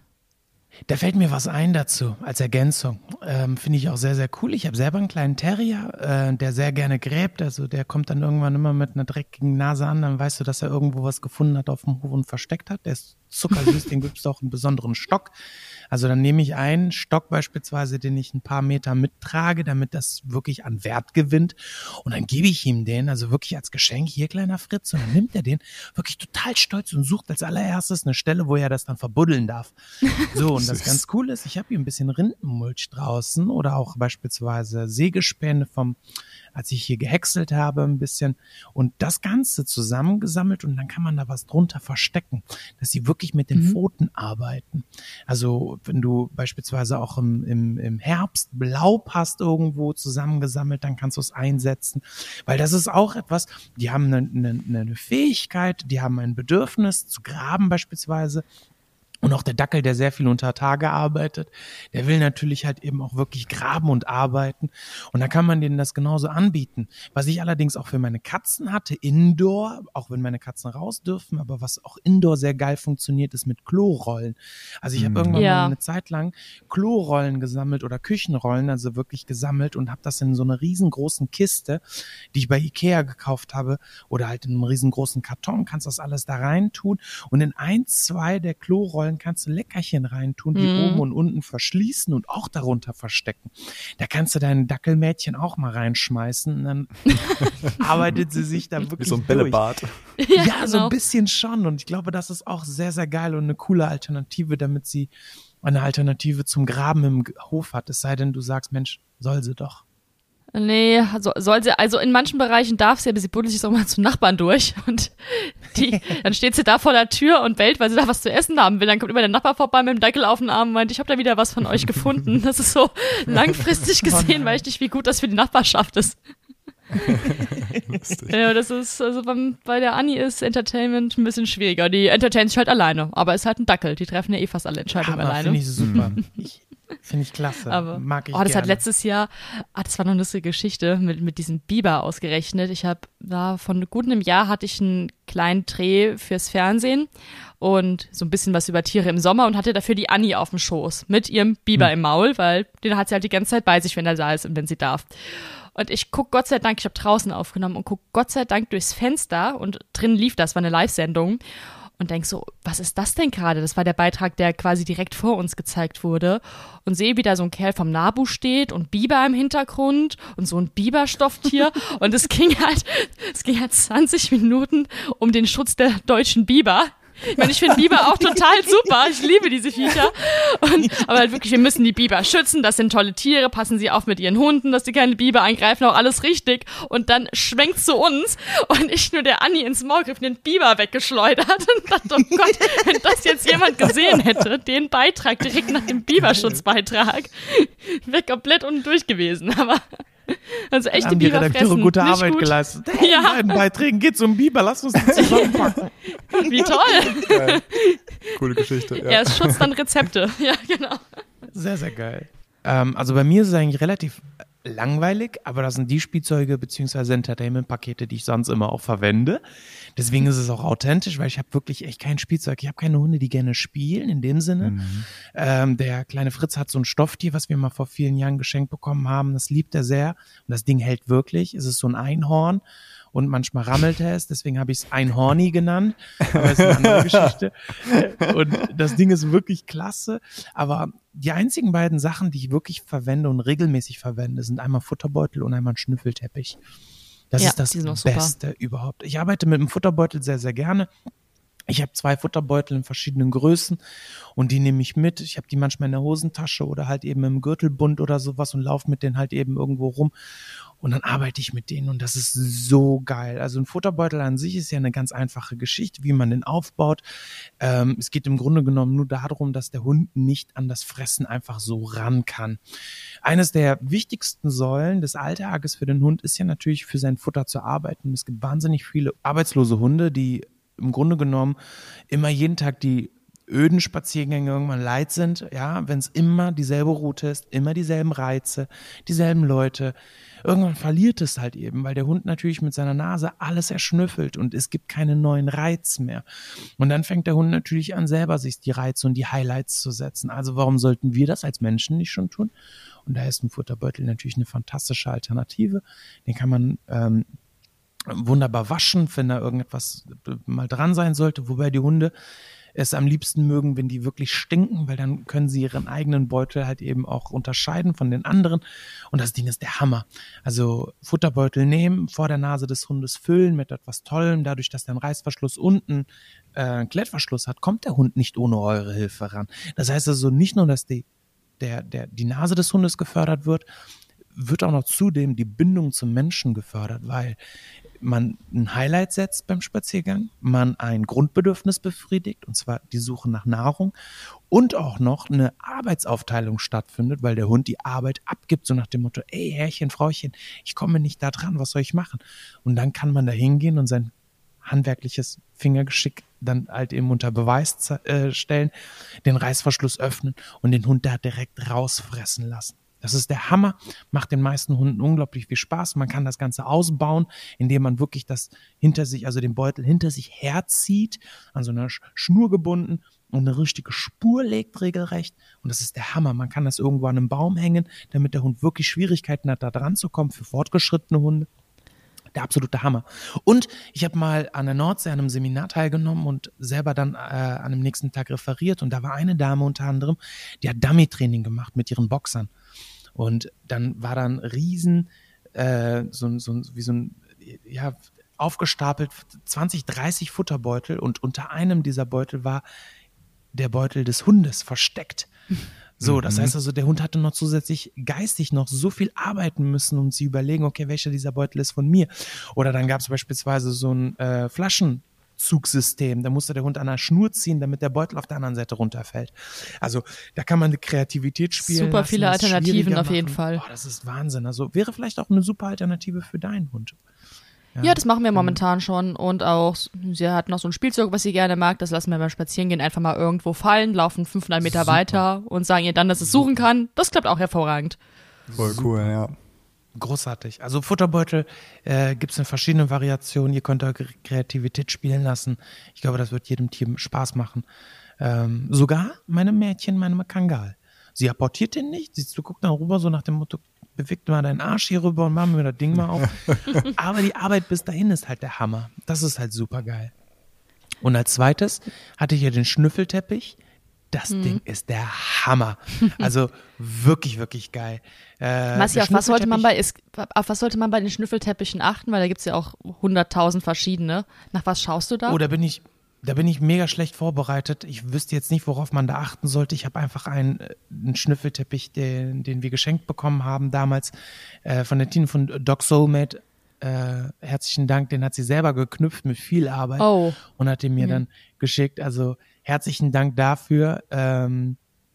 Da fällt mir was ein dazu, als Ergänzung. Ähm, finde ich auch sehr, sehr cool. Ich habe selber einen kleinen Terrier, äh, der sehr gerne gräbt. Also der kommt dann irgendwann immer mit einer dreckigen Nase an. Dann weißt du, dass er irgendwo was gefunden hat auf dem Hof und versteckt hat. Der ist zuckersüß, den gibt's auch einen besonderen Stock. Also dann nehme ich einen Stock beispielsweise, den ich ein paar Meter mittrage, damit das wirklich an Wert gewinnt. Und dann gebe ich ihm den, also wirklich als Geschenk, hier kleiner Fritz. Und dann nimmt er den wirklich total stolz und sucht als allererstes eine Stelle, wo er das dann verbuddeln darf. So, und das ganz cool ist, ich habe hier ein bisschen Rindenmulch draußen oder auch beispielsweise Sägespäne vom, als ich hier gehäckselt habe ein bisschen und das Ganze zusammengesammelt und dann kann man da was drunter verstecken, dass sie wirklich mit den mhm. Pfoten arbeiten. Also wenn du beispielsweise auch im, im, im Herbst Laub hast irgendwo zusammengesammelt, dann kannst du es einsetzen, weil das ist auch etwas, die haben eine, eine, eine Fähigkeit, die haben ein Bedürfnis zu graben beispielsweise. Und auch der Dackel, der sehr viel unter Tage arbeitet, der will natürlich halt eben auch wirklich graben und arbeiten. Und da kann man denen das genauso anbieten. Was ich allerdings auch für meine Katzen hatte, Indoor, auch wenn meine Katzen raus dürfen, aber was auch Indoor sehr geil funktioniert, ist mit Klorollen. Also ich habe irgendwann ja. mal eine Zeit lang Klorollen gesammelt oder Küchenrollen, also wirklich gesammelt und habe das in so einer riesengroßen Kiste, die ich bei Ikea gekauft habe, oder halt in einem riesengroßen Karton, kannst das alles da rein tun. Und in ein, zwei der Klorollen kannst du Leckerchen reintun, die mm. oben und unten verschließen und auch darunter verstecken. Da kannst du dein Dackelmädchen auch mal reinschmeißen und dann arbeitet sie sich da wirklich wie so ein Bällebad. durch. Ja, ja, so ein bisschen schon. Und ich glaube, das ist auch sehr, sehr geil und eine coole Alternative, damit sie eine Alternative zum Graben im Hof hat. Es sei denn, du sagst, Mensch, soll sie doch. Nee, also soll sie, also in manchen Bereichen darf sie, aber sie buddelt sich auch mal zu Nachbarn durch und die, dann steht sie da vor der Tür und bellt, weil sie da was zu essen haben will. Dann kommt immer der Nachbar vorbei mit dem Deckel auf den Arm und meint, ich habe da wieder was von euch gefunden. Das ist so langfristig gesehen, weiß ich nicht, wie gut das für die Nachbarschaft ist. Ja, das ist, also beim, bei der Anni ist Entertainment ein bisschen schwieriger. Die entertaint sich halt alleine, aber ist halt ein Dackel. Die treffen ja eh fast alle Entscheidungen aber alleine. Finde ich super. Ich, Finde ich klasse. Aber, mag ich oh, das gerne. hat letztes Jahr, ah, das war noch eine lustige Geschichte mit, mit diesem Biber ausgerechnet. Ich habe da von gut einem Jahr hatte ich einen kleinen Dreh fürs Fernsehen und so ein bisschen was über Tiere im Sommer und hatte dafür die Anni auf dem Schoß mit ihrem Biber hm. im Maul, weil den hat sie halt die ganze Zeit bei sich, wenn er da ist und wenn sie darf. Und ich guck Gott sei Dank, ich habe draußen aufgenommen und guck Gott sei Dank durchs Fenster und drin lief das, war eine Live-Sendung. Und denk so, was ist das denn gerade? Das war der Beitrag, der quasi direkt vor uns gezeigt wurde. Und sehe, wie da so ein Kerl vom Nabu steht und Biber im Hintergrund und so ein Biberstofftier. Und es ging halt, es ging halt zwanzig Minuten um den Schutz der deutschen Biber. Ich meine, ich finde Biber auch total super. Ich liebe diese Viecher. Und, aber halt wirklich, wir müssen die Biber schützen. Das sind tolle Tiere. Passen sie auf mit ihren Hunden, dass die keine Biber angreifen. Auch alles richtig. Und dann schwenkt's zu uns. Und ich nur der Anni ins Maul griff, den Biber weggeschleudert. Und dachte, oh Gott, wenn das jetzt jemand gesehen hätte, den Beitrag direkt nach dem Biberschutzbeitrag, wäre komplett unten durch gewesen. Aber also echte haben die Biber Redakteure fressen, gute nicht Arbeit gut. geleistet. Hey, ja. In beiden Beiträgen geht's um Biber, lass uns die zusammenpacken. Wie toll. Geil. Coole Geschichte. Ja. Erst Schutz, dann Rezepte. Ja, genau. Sehr, sehr geil. Ähm, also bei mir ist es eigentlich relativ langweilig, aber das sind die Spielzeuge bzw. Entertainment-Pakete, die ich sonst immer auch verwende. Deswegen ist es auch authentisch, weil ich habe wirklich echt kein Spielzeug. Ich habe keine Hunde, die gerne spielen, in dem Sinne. Mhm. Ähm, der kleine Fritz hat so ein Stofftier, was wir mal vor vielen Jahren geschenkt bekommen haben. Das liebt er sehr und das Ding hält wirklich. Es ist so ein Einhorn. Und manchmal rammelt er es, deswegen habe ich es Einhorni genannt, aber das ist eine andere Geschichte. Und das Ding ist wirklich klasse, aber die einzigen beiden Sachen, die ich wirklich verwende und regelmäßig verwende, sind einmal Futterbeutel und einmal ein Schnüffelteppich. Das ja, ist das Beste super. überhaupt. Ich arbeite mit dem Futterbeutel sehr, sehr gerne. Ich habe zwei Futterbeutel in verschiedenen Größen und die nehme ich mit. Ich habe die manchmal in der Hosentasche oder halt eben im Gürtelbund oder sowas und laufe mit denen halt eben irgendwo rum und dann arbeite ich mit denen und das ist so geil. Also ein Futterbeutel an sich ist ja eine ganz einfache Geschichte, wie man den aufbaut. Ähm, es geht im Grunde genommen nur darum, dass der Hund nicht an das Fressen einfach so ran kann. Eines der wichtigsten Säulen des Alltages für den Hund ist ja natürlich für sein Futter zu arbeiten. Es gibt wahnsinnig viele arbeitslose Hunde, die im Grunde genommen immer jeden Tag die öden Spaziergänge irgendwann leid sind, ja, wenn es immer dieselbe Route ist, immer dieselben Reize, dieselben Leute. Irgendwann verliert es halt eben, weil der Hund natürlich mit seiner Nase alles erschnüffelt und es gibt keinen neuen Reiz mehr. Und dann fängt der Hund natürlich an, selber sich die Reize und die Highlights zu setzen. Also warum sollten wir das als Menschen nicht schon tun? Und da ist ein Futterbeutel natürlich eine fantastische Alternative. Den kann man ähm, wunderbar waschen, wenn da irgendetwas mal dran sein sollte, wobei die Hunde es am liebsten mögen, wenn die wirklich stinken, weil dann können sie ihren eigenen Beutel halt eben auch unterscheiden von den anderen und das Ding ist der Hammer. Also Futterbeutel nehmen, vor der Nase des Hundes füllen mit etwas Tollem, dadurch, dass der einen Reißverschluss unten äh, einen Klettverschluss hat, kommt der Hund nicht ohne eure Hilfe ran. Das heißt also nicht nur, dass die, der, der, die Nase des Hundes gefördert wird, wird auch noch zudem die Bindung zum Menschen gefördert, weil man ein Highlight setzt beim Spaziergang, man ein Grundbedürfnis befriedigt, und zwar die Suche nach Nahrung und auch noch eine Arbeitsaufteilung stattfindet, weil der Hund die Arbeit abgibt, so nach dem Motto, ey, Herrchen, Frauchen, ich komme nicht da dran, was soll ich machen? Und dann kann man da hingehen und sein handwerkliches Fingergeschick dann halt eben unter Beweis äh, stellen, den Reißverschluss öffnen und den Hund da direkt rausfressen lassen. Das ist der Hammer, macht den meisten Hunden unglaublich viel Spaß. Man kann das Ganze ausbauen, indem man wirklich das hinter sich, also den Beutel hinter sich herzieht, an so einer Schnur gebunden und eine richtige Spur legt regelrecht. Und das ist der Hammer. Man kann das irgendwo an einem Baum hängen, damit der Hund wirklich Schwierigkeiten hat, da dran zu kommen für fortgeschrittene Hunde. Der absolute Hammer. Und ich habe mal an der Nordsee an einem Seminar teilgenommen und selber dann äh, an dem nächsten Tag referiert. Und da war eine Dame unter anderem, die hat Dummy-Training gemacht mit ihren Boxern. Und dann war da ein riesen, äh, so, so, wie so ein, ja, aufgestapelt zwanzig, dreißig Futterbeutel und unter einem dieser Beutel war der Beutel des Hundes versteckt. So, das mhm. heißt also, der Hund hatte noch zusätzlich geistig noch so viel arbeiten müssen und sie überlegen, okay, welcher dieser Beutel ist von mir? Oder dann gab es beispielsweise so ein äh, Flaschenzugsystem, da musste der Hund an einer Schnur ziehen, damit der Beutel auf der anderen Seite runterfällt. Also da kann man eine Kreativität spielen. Super lassen, viele Alternativen auf jeden Fall. Oh, das ist Wahnsinn. Also wäre vielleicht auch eine super Alternative für deinen Hund. Ja, ja, das machen wir momentan schon und auch, sie hat noch so ein Spielzeug, was sie gerne mag, das lassen wir beim Spazierengehen einfach mal irgendwo fallen, laufen fünfhundert Meter super. Weiter und sagen ihr dann, dass es suchen kann. Das klappt auch hervorragend. Voll cool, ja. Großartig. Also Futterbeutel äh, gibt es in verschiedenen Variationen. Ihr könnt da Kreativität spielen lassen. Ich glaube, das wird jedem Tier Spaß machen. Ähm, sogar meinem Mädchen, meinem Kangal. Sie apportiert den nicht. Sie guckt dann rüber so nach dem Motto, bewegt mal deinen Arsch hier rüber und machen wir das Ding mal auf. Aber die Arbeit bis dahin ist halt der Hammer. Das ist halt super geil. Und als zweites hatte ich hier den Schnüffelteppich. Das hm. Ding ist der Hammer. Also wirklich, wirklich geil. Äh, Massi, auf was sollte man bei, ist, auf was sollte man bei den Schnüffelteppichen achten? Weil da gibt es ja auch hunderttausend verschiedene. Nach was schaust du da? Oh, da bin ich... Da bin ich mega schlecht vorbereitet. Ich wüsste jetzt nicht, worauf man da achten sollte. Ich habe einfach einen, einen Schnüffelteppich, den, den wir geschenkt bekommen haben damals äh, von der Tine von Dog Soulmate. Äh, herzlichen Dank, den hat sie selber geknüpft mit viel Arbeit oh. und hat den mir mhm. dann geschickt. Also herzlichen Dank dafür. Ähm,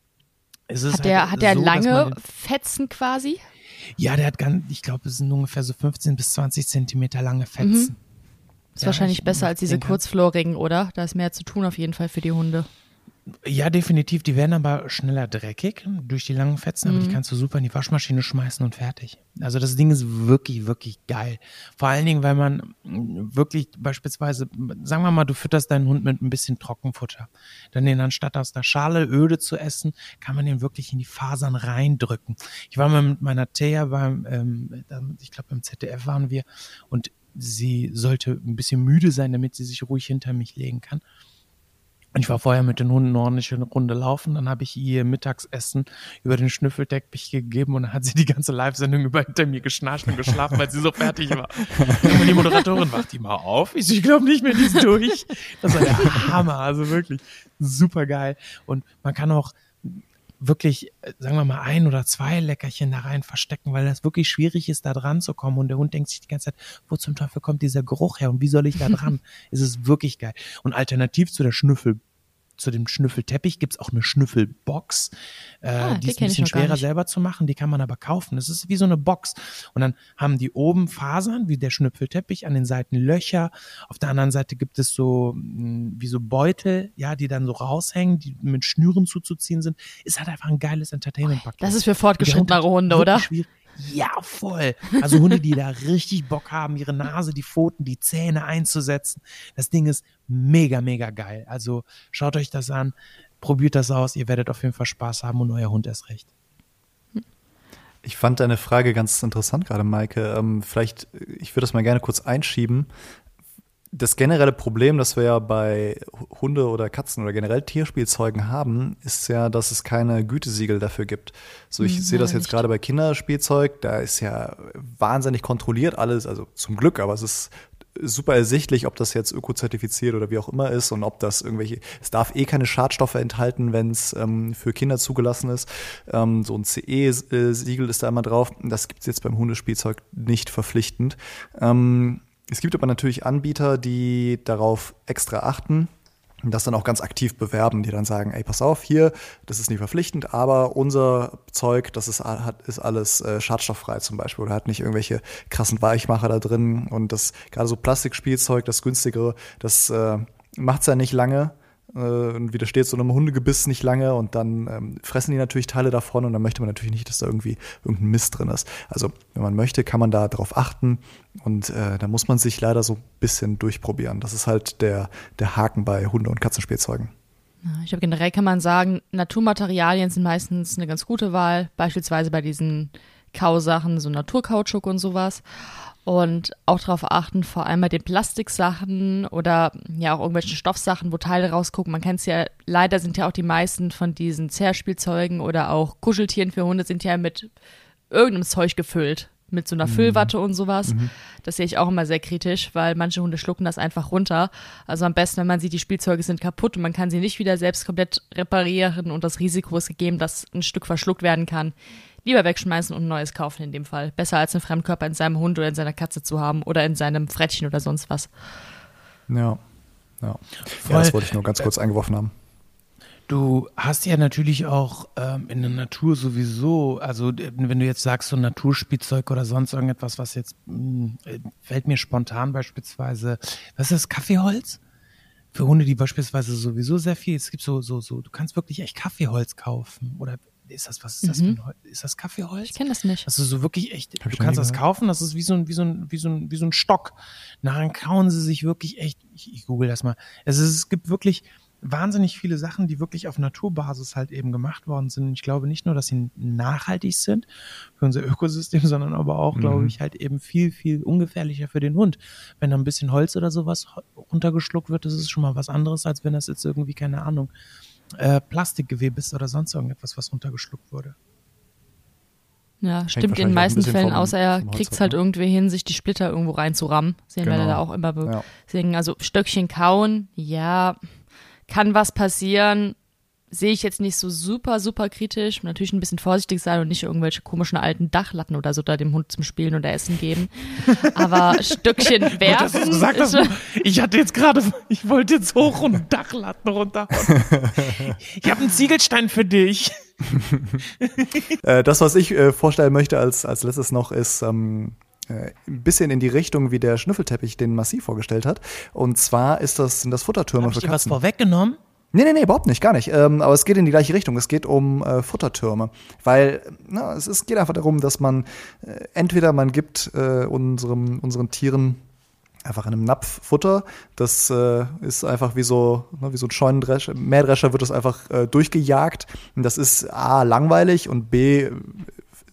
es ist hat der, halt hat der so, lange Fetzen quasi? Ja, der hat ganz, ich glaube, es sind ungefähr so fünfzehn bis zwanzig Zentimeter lange Fetzen. Mhm. Ist ja, wahrscheinlich besser als diese kurzflorigen, oder? Da ist mehr zu tun auf jeden Fall für die Hunde. Ja, definitiv. Die werden aber schneller dreckig durch die langen Fetzen, mhm. aber die kannst du super in die Waschmaschine schmeißen und fertig. Also das Ding ist wirklich, wirklich geil. Vor allen Dingen, weil man wirklich beispielsweise, sagen wir mal, du fütterst deinen Hund mit ein bisschen Trockenfutter. Dann den anstatt aus der Schale öde zu essen, kann man den wirklich in die Fasern reindrücken. Ich war mal mit meiner Thea beim, ähm, ich glaube beim Z D F waren wir und sie sollte ein bisschen müde sein, damit sie sich ruhig hinter mich legen kann. Ich war vorher mit den Hunden ordentlich eine Runde laufen, dann habe ich ihr Mittagsessen über den Schnüffelteppich gegeben und dann hat sie die ganze Live-Sendung über hinter mir geschnarcht und geschlafen, weil sie so fertig war. Und die Moderatorin wacht die mal auf. Ich, ich glaube nicht mehr, die ist durch. Das war der Hammer, also wirklich super geil. Und man kann auch wirklich, sagen wir mal, ein oder zwei Leckerchen da rein verstecken, weil das wirklich schwierig ist, da dran zu kommen. Und der Hund denkt sich die ganze Zeit, wo zum Teufel kommt dieser Geruch her und wie soll ich da dran? Es ist wirklich geil. Und alternativ zu der Schnüffel, zu dem Schnüffelteppich gibt's auch eine Schnüffelbox. Äh, ah, die ist ein bisschen schwerer selber zu machen, die kann man aber kaufen. Das ist wie so eine Box. Und dann haben die oben Fasern, wie der Schnüffelteppich, an den Seiten Löcher. Auf der anderen Seite gibt es so mh, wie so Beutel, ja, die dann so raushängen, die mit Schnüren zuzuziehen sind. Ist halt einfach ein geiles Entertainment-Paket. Das ist für fortgeschrittene Hunde, oder? Schwierig. Ja, voll. Also Hunde, die da richtig Bock haben, ihre Nase, die Pfoten, die Zähne einzusetzen. Das Ding ist mega, mega geil. Also schaut euch das an, probiert das aus. Ihr werdet auf jeden Fall Spaß haben und euer Hund erst recht. Ich fand deine Frage ganz interessant gerade, Maike. Ähm, vielleicht, ich würde das mal gerne kurz einschieben. Das generelle Problem, das wir ja bei Hunde oder Katzen oder generell Tierspielzeugen haben, ist ja, dass es keine Gütesiegel dafür gibt. So, ich mhm, sehe das jetzt gerade bei Kinderspielzeug, da ist ja wahnsinnig kontrolliert alles, also zum Glück, aber es ist super ersichtlich, ob das jetzt ökozertifiziert oder wie auch immer ist und ob das irgendwelche, es darf eh keine Schadstoffe enthalten, wenn es ähm, für Kinder zugelassen ist. Ähm, so ein C E-Siegel ist da immer drauf. Das gibt es jetzt beim Hundespielzeug nicht verpflichtend. Ähm, Es gibt aber natürlich Anbieter, die darauf extra achten und das dann auch ganz aktiv bewerben, die dann sagen, ey, pass auf, hier, das ist nicht verpflichtend, aber unser Zeug, das ist, hat, ist alles äh, schadstofffrei zum Beispiel oder hat nicht irgendwelche krassen Weichmacher da drin. Und das gerade so Plastikspielzeug, das günstigere, das äh, macht's ja nicht lange. Und widersteht so einem Hundegebiss nicht lange und dann ähm, fressen die natürlich Teile davon und dann möchte man natürlich nicht, dass da irgendwie irgendein Mist drin ist. Also wenn man möchte, kann man da drauf achten und äh, da muss man sich leider so ein bisschen durchprobieren. Das ist halt der, der Haken bei Hunde- und Katzenspielzeugen. Ich glaube, generell kann man sagen, Naturmaterialien sind meistens eine ganz gute Wahl, beispielsweise bei diesen Kausachen, so Naturkautschuk und sowas. Und auch darauf achten, vor allem bei den Plastiksachen oder ja auch irgendwelchen Stoffsachen, wo Teile rausgucken. Man kennt es ja, leider sind ja auch die meisten von diesen Zerspielzeugen oder auch Kuscheltieren für Hunde sind ja mit irgendeinem Zeug gefüllt. Mit so einer mhm. Füllwatte und sowas. Mhm. Das sehe ich auch immer sehr kritisch, weil manche Hunde schlucken das einfach runter. Also am besten, wenn man sieht, die Spielzeuge sind kaputt und man kann sie nicht wieder selbst komplett reparieren und das Risiko ist gegeben, dass ein Stück verschluckt werden kann. Lieber wegschmeißen und ein neues kaufen in dem Fall. Besser als einen Fremdkörper in seinem Hund oder in seiner Katze zu haben oder in seinem Frettchen oder sonst was. Ja, ja. Ja, das wollte ich nur ganz kurz eingeworfen haben. Du hast ja natürlich auch ähm, in der Natur sowieso, also wenn du jetzt sagst, so Naturspielzeug oder sonst irgendetwas, was jetzt, mh, fällt mir spontan beispielsweise, was ist das, Kaffeeholz? Für Hunde, die beispielsweise sowieso sehr viel, es gibt so, so, so, du kannst wirklich echt Kaffeeholz kaufen oder ist das, was ist das mhm. für ein Holz? Ist das Kaffeeholz? Ich kenne das nicht. Also so wirklich echt, du kannst das kaufen, das ist wie so ein, wie so ein, wie so ein, wie so ein Stock. Nachher kauen sie sich wirklich echt, ich, ich google das mal. Es, ist, es gibt wirklich wahnsinnig viele Sachen, die wirklich auf Naturbasis halt eben gemacht worden sind. Und ich glaube nicht nur, dass sie nachhaltig sind für unser Ökosystem, sondern aber auch, mhm. glaube ich, halt eben viel, viel ungefährlicher für den Hund. Wenn da ein bisschen Holz oder sowas runtergeschluckt wird, das ist schon mal was anderes, als wenn das jetzt irgendwie, keine Ahnung, Äh, Plastikgewebe ist oder sonst irgendetwas, was runtergeschluckt wurde. Ja, stimmt in den meisten Fällen, vom, außer er kriegt es halt ne? irgendwie hin, sich die Splitter irgendwo reinzurammen. Sehen genau. wir da auch immer. Be- ja. Also Stöckchen kauen, ja, kann was passieren. Sehe ich jetzt nicht so super, super kritisch. Natürlich ein bisschen vorsichtig sein und nicht irgendwelche komischen alten Dachlatten oder so da dem Hund zum Spielen oder Essen geben. Aber Stückchen werfen. Du sag das mal. Ich hatte jetzt gerade, ich wollte jetzt hoch und Dachlatten runterhauen. Ich habe einen Ziegelstein für dich. Das, was ich äh, vorstellen möchte als, als letztes noch, ist ähm, äh, ein bisschen in die Richtung, wie der Schnüffelteppich den Massiv vorgestellt hat. Und zwar ist das, sind das Futtertürme Hab für ich dir Katzen. Was vorweggenommen? Nee, nee, nee, überhaupt nicht, gar nicht. Ähm, aber es geht in die gleiche Richtung. Es geht um äh, Futtertürme. Weil na, es, es geht einfach darum, dass man äh, entweder man gibt äh, unserem, unseren Tieren einfach in einem Napf Futter. Das äh, ist einfach wie so, ne, wie so ein Scheunendrescher. Mähdrescher wird das einfach äh, durchgejagt. Und das ist A, langweilig und B,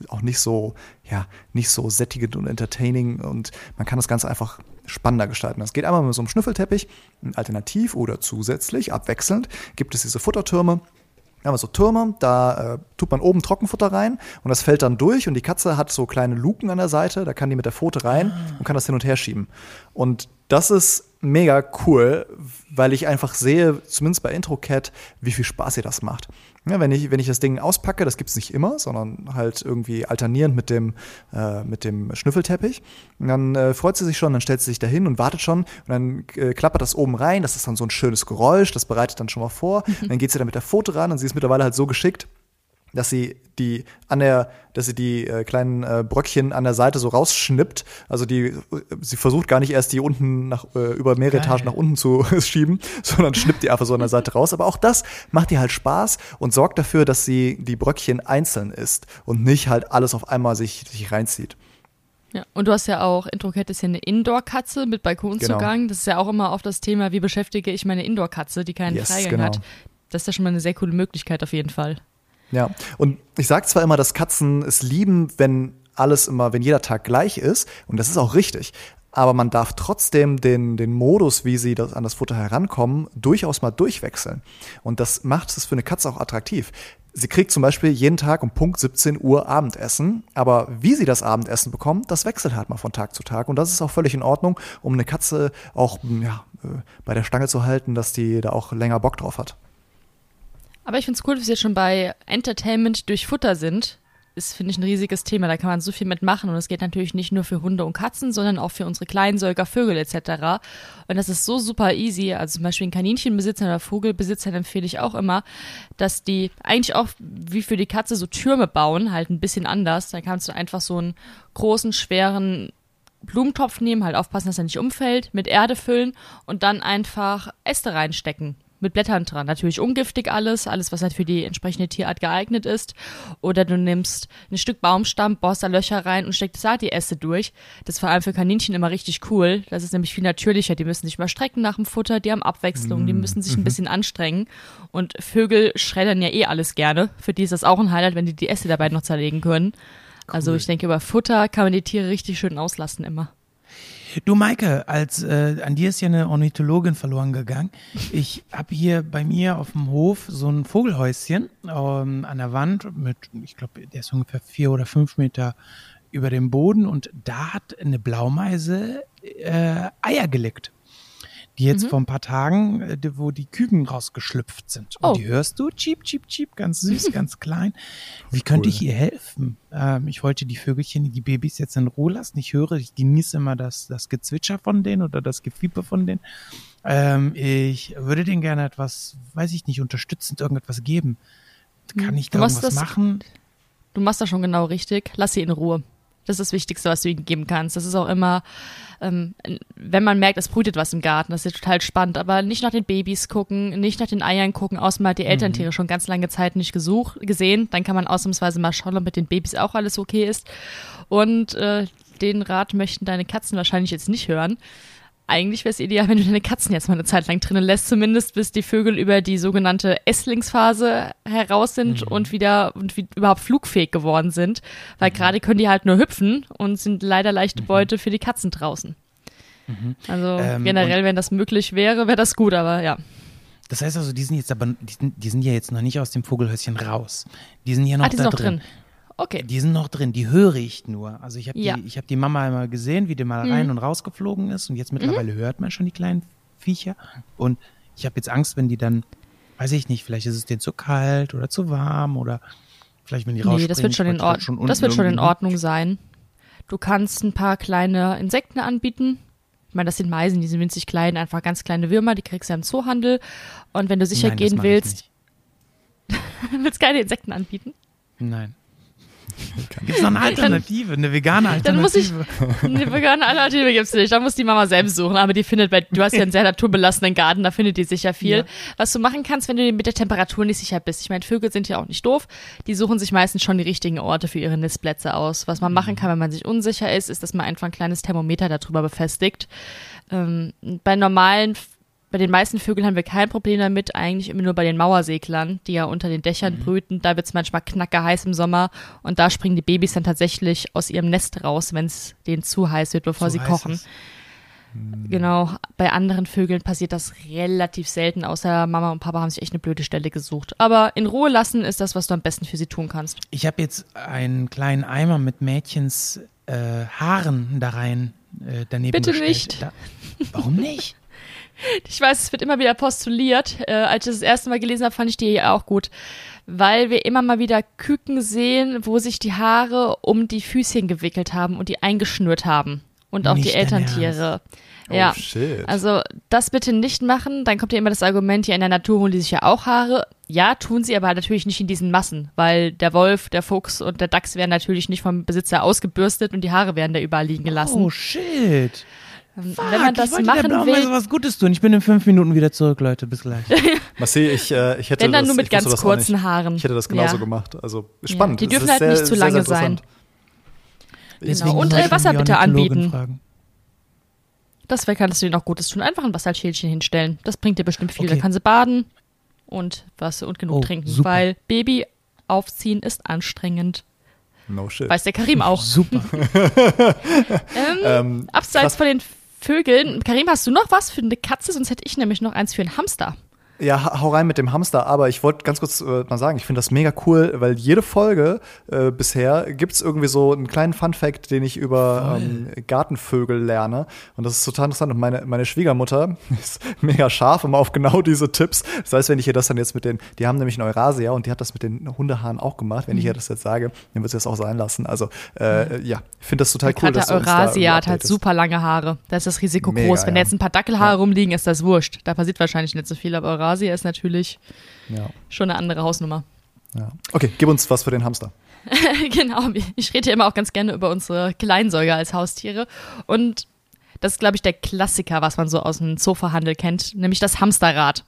auch nicht so, ja, nicht so sättigend und entertaining und man kann das Ganze einfach spannender gestalten. Es geht einmal mit so einem Schnüffelteppich, alternativ oder zusätzlich, abwechselnd, gibt es diese Futtertürme. Da haben wir so Türme, da äh, tut man oben Trockenfutter rein und das fällt dann durch und die Katze hat so kleine Luken an der Seite, da kann die mit der Pfote rein ah. und kann das hin und her schieben. Und das ist mega cool, weil ich einfach sehe, zumindest bei IntroCat, wie viel Spaß ihr das macht. Ja, wenn ich, wenn ich das Ding auspacke, das gibt's nicht immer, sondern halt irgendwie alternierend mit dem, äh, mit dem Schnüffelteppich. Und dann äh, freut sie sich schon, dann stellt sie sich da hin und wartet schon. Und dann äh, klappert das oben rein, das ist dann so ein schönes Geräusch, das bereitet dann schon mal vor. Mhm. Dann geht sie dann mit der Pfote ran und sie ist mittlerweile halt so geschickt, dass sie die an der, dass sie die äh, kleinen äh, Bröckchen an der Seite so rausschnippt. Also die, äh, sie versucht gar nicht erst die unten nach äh, über mehrere Geil. Etagen nach unten zu schieben, sondern schnippt die einfach so an der Seite raus. Aber auch das macht ihr halt Spaß und sorgt dafür, dass sie die Bröckchen einzeln isst und nicht halt alles auf einmal sich, sich reinzieht. Ja, und du hast ja auch, IntroCat ist ja eine Indoor-Katze mit Balkonzugang. Genau. Das ist ja auch immer oft das Thema, wie beschäftige ich meine Indoor-Katze, die keinen yes, Freigang genau. hat. Das ist ja schon mal eine sehr coole Möglichkeit auf jeden Fall. Ja, und ich sage zwar immer, dass Katzen es lieben, wenn alles immer, wenn jeder Tag gleich ist, und das ist auch richtig, aber man darf trotzdem den, den Modus, wie sie das, an das Futter herankommen, durchaus mal durchwechseln. Und das macht es für eine Katze auch attraktiv. Sie kriegt zum Beispiel jeden Tag um Punkt siebzehn Uhr Abendessen, aber wie sie das Abendessen bekommt, das wechselt halt mal von Tag zu Tag. Und das ist auch völlig in Ordnung, um eine Katze auch ja, bei der Stange zu halten, dass die da auch länger Bock drauf hat. Aber ich finde es cool, dass wir jetzt schon bei Entertainment durch Futter sind. Ist, finde ich, ein riesiges Thema. Da kann man so viel mitmachen. Und es geht natürlich nicht nur für Hunde und Katzen, sondern auch für unsere Kleinsäuger, Vögel et cetera. Und das ist so super easy. Also zum Beispiel Kaninchenbesitzern oder Vogelbesitzern empfehle ich auch immer, dass die eigentlich auch wie für die Katze so Türme bauen, halt ein bisschen anders. Da kannst du einfach so einen großen, schweren Blumentopf nehmen, halt aufpassen, dass er nicht umfällt, mit Erde füllen und dann einfach Äste reinstecken. Mit Blättern dran. Natürlich ungiftig alles, alles, was halt für die entsprechende Tierart geeignet ist. Oder du nimmst ein Stück Baumstamm, bohrst da Löcher rein und steckst da die Äste durch. Das ist vor allem für Kaninchen immer richtig cool. Das ist nämlich viel natürlicher. Die müssen sich mal strecken nach dem Futter, die haben Abwechslung, die müssen sich ein bisschen anstrengen. Und Vögel schreddern ja eh alles gerne. Für die ist das auch ein Highlight, wenn die die Äste dabei noch zerlegen können. Cool. Also ich denke, über Futter kann man die Tiere richtig schön auslassen immer. Du Maike, als äh, an dir ist ja eine Ornithologin verloren gegangen. Ich habe hier bei mir auf dem Hof so ein Vogelhäuschen ähm, an der Wand mit, ich glaube, der ist ungefähr vier oder fünf Meter über dem Boden und da hat eine Blaumeise äh, Eier gelegt. Die jetzt mhm. vor ein paar Tagen, äh, wo die Küken rausgeschlüpft sind. Und oh. die hörst du, cheep, cheep, cheep, ganz süß, ganz klein. Wie cool. könnte ich ihr helfen? Ähm, ich wollte die Vögelchen, die Babys jetzt in Ruhe lassen. Ich höre, ich genieße immer das, das Gezwitscher von denen oder das Gefiepe von denen. Ähm, ich würde denen gerne etwas, weiß ich nicht, unterstützend irgendetwas geben. Kann ich da irgendwas das, machen? Du machst das schon genau richtig. Lass sie in Ruhe. Das ist das Wichtigste, was du ihnen geben kannst. Das ist auch immer, ähm, wenn man merkt, es brütet was im Garten, das ist total spannend. Aber nicht nach den Babys gucken, nicht nach den Eiern gucken, außer man hat die Elterntiere mhm. schon ganz lange Zeit nicht gesucht, gesehen. Dann kann man ausnahmsweise mal schauen, ob mit den Babys auch alles okay ist. Und äh, den Rat möchten deine Katzen wahrscheinlich jetzt nicht hören. Eigentlich wäre es ideal, wenn du deine Katzen jetzt mal eine Zeit lang drinnen lässt, zumindest bis die Vögel über die sogenannte Esslingsphase heraus sind mhm. und wieder und wie, überhaupt flugfähig geworden sind. Weil mhm. gerade können die halt nur hüpfen und sind leider leichte Beute mhm. für die Katzen draußen. Mhm. Also ähm, generell, wenn das möglich wäre, wäre das gut, aber ja. Das heißt also, die sind jetzt aber, die sind, die sind ja jetzt noch nicht aus dem Vogelhäuschen raus. Die sind ja noch ah, die da sind noch drin. drin. Okay. Die sind noch drin, die höre ich nur. Also ich habe ja. die, ich hab die Mama einmal gesehen, wie die mal rein mhm. und rausgeflogen ist und jetzt mittlerweile mhm. hört man schon die kleinen Viecher und ich habe jetzt Angst, wenn die dann, weiß ich nicht, vielleicht ist es denen zu kalt oder zu warm oder vielleicht wenn die rausspringen. Nee, das wird schon in, Or- schon das wird schon in Ordnung sein. Du kannst ein paar kleine Insekten anbieten. Ich meine, das sind Meisen, die sind winzig klein, einfach ganz kleine Würmer, die kriegst du im Zoohandel und wenn du sicher Nein, gehen willst, willst du keine Insekten anbieten? Nein. Gibt es noch eine Alternative, eine vegane Alternative? Dann muss ich, eine vegane Alternative gibt es nicht, da muss die Mama selbst suchen, aber die findet bei, du hast ja einen sehr naturbelassenen Garten, da findet die sicher viel. Ja. Was du machen kannst, wenn du dir mit der Temperatur nicht sicher bist, ich meine, Vögel sind ja auch nicht doof, die suchen sich meistens schon die richtigen Orte für ihre Nistplätze aus. Was man machen kann, wenn man sich unsicher ist, ist, dass man einfach ein kleines Thermometer darüber befestigt. Ähm, bei normalen bei den meisten Vögeln haben wir kein Problem damit, eigentlich immer nur bei den Mauerseglern, die ja unter den Dächern mhm. brüten. Da wird es manchmal knackerheiß im Sommer und da springen die Babys dann tatsächlich aus ihrem Nest raus, wenn es denen zu heiß wird, bevor zu sie kochen. Mhm. Genau, bei anderen Vögeln passiert das relativ selten, außer Mama und Papa haben sich echt eine blöde Stelle gesucht. Aber in Ruhe lassen ist das, was du am besten für sie tun kannst. Ich habe jetzt einen kleinen Eimer mit Mädchens äh, Haaren da rein äh, daneben Bitte gestellt. nicht. Da, warum nicht? Ich weiß, es wird immer wieder postuliert. Äh, als ich das erste Mal gelesen habe, fand ich die auch gut. Weil wir immer mal wieder Küken sehen, wo sich die Haare um die Füßchen gewickelt haben und die eingeschnürt haben. Und auch Nicht die Elterntiere. Oh, ja, shit. Also das bitte nicht machen. Dann kommt ja immer das Argument, ja, in der Natur holen die sich ja auch Haare. Ja, tun sie, aber natürlich nicht in diesen Massen. Weil der Wolf, der Fuchs und der Dachs werden natürlich nicht vom Besitzer ausgebürstet und die Haare werden da überall liegen gelassen. Oh, shit. Fuck, wenn man das ich wollte machen der will, was Gutes tun. Ich bin in fünf Minuten wieder zurück, Leute. Bis gleich. Marci, ich, äh, ich hätte wenn dann das, nur mit ich ganz das kurzen nicht. Haaren. Ich hätte das genauso ja. gemacht. Also spannend. Ja, die Das dürfen ist halt sehr, nicht zu sehr, lange sehr sein. Deswegen Und soll äh, ich Wasser die bitte Ornithologin anbieten. fragen. Das wäre, kannst du dir noch Gutes tun. Einfach ein Wasserschälchen hinstellen. Das bringt dir bestimmt viel. Okay. Da kann sie baden und was und genug Oh, trinken. super. Weil Baby aufziehen ist anstrengend. No shit. Weiß der Karim auch. Super. ähm, Ähm, abseits was- von den Vögeln. Karim, hast du noch was für eine Katze? Sonst hätte ich nämlich noch eins für einen Hamster. Ja, ha- hau rein mit dem Hamster, aber ich wollte ganz kurz äh, mal sagen, ich finde das mega cool, weil jede Folge äh, bisher gibt's irgendwie so einen kleinen Funfact, den ich über ähm, Gartenvögel lerne. Und das ist total interessant. Und meine, meine Schwiegermutter ist mega scharf immer auf genau diese Tipps. Das heißt, wenn ich ihr das dann jetzt mit den, die haben nämlich einen Eurasia und die hat das mit den Hundehaaren auch gemacht. Wenn ich ihr das jetzt sage, dann wird sie das auch sein lassen. Also äh, ja, ich finde das total cool, Gerade dass der du uns da Eurasia hat halt updatest. super lange Haare. Da ist das Risiko Mega, groß. Wenn da ja. jetzt ein paar Dackelhaare rumliegen, ist das wurscht. Da passiert wahrscheinlich nicht so viel, aber Eurasia ist natürlich Ja, schon eine andere Hausnummer. ja. Okay, gib uns was für den Hamster. Genau, ich rede ja immer auch ganz gerne über unsere Kleinsäuger als Haustiere. Und das ist, glaube ich, der Klassiker, was man so aus dem Zooverhandel kennt, nämlich das Hamsterrad.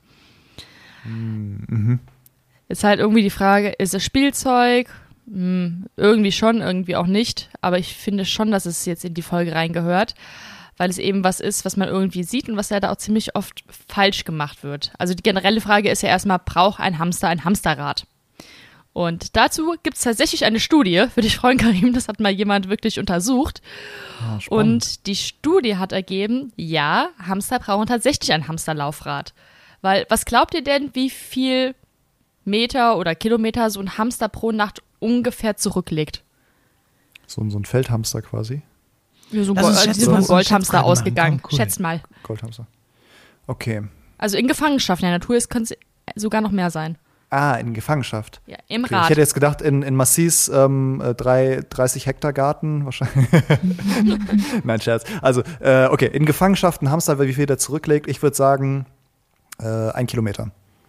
Mhm. Ist halt irgendwie die Frage, ist es Spielzeug? Hm, irgendwie schon, irgendwie auch nicht. Aber ich finde schon, dass es jetzt in die Folge reingehört, weil es eben was ist, was man irgendwie sieht und was leider auch ziemlich oft falsch gemacht wird. Also die generelle Frage ist ja erstmal, braucht ein Hamster ein Hamsterrad? Und dazu gibt es tatsächlich eine Studie, würde dich freuen, Karim, das hat mal jemand wirklich untersucht. Ah, spannend. Und die Studie hat ergeben, ja, Hamster brauchen tatsächlich ein Hamsterlaufrad. Weil, was glaubt ihr denn, wie viel Meter oder Kilometer so ein Hamster pro Nacht ungefähr zurücklegt? So, so ein Feldhamster quasi. Ja, so ein Lass uns Gold, schätzen, so ein lass uns Goldhamster Schätzfragen ausgegangen. machen. Komm, cool. Schätzt mal. Goldhamster. Okay. Also in Gefangenschaft in der Natur kann es sogar noch mehr sein. Ah, in Gefangenschaft. Ja, im Okay, Rad. ich hätte jetzt gedacht, in, in Massis ähm, äh, drei, dreißig Hektar Garten wahrscheinlich. Nein, Scherz. Also, äh, okay, in Gefangenschaft ein Hamster, wie viel der zurücklegt? Ich würde sagen, äh, ein Kilometer.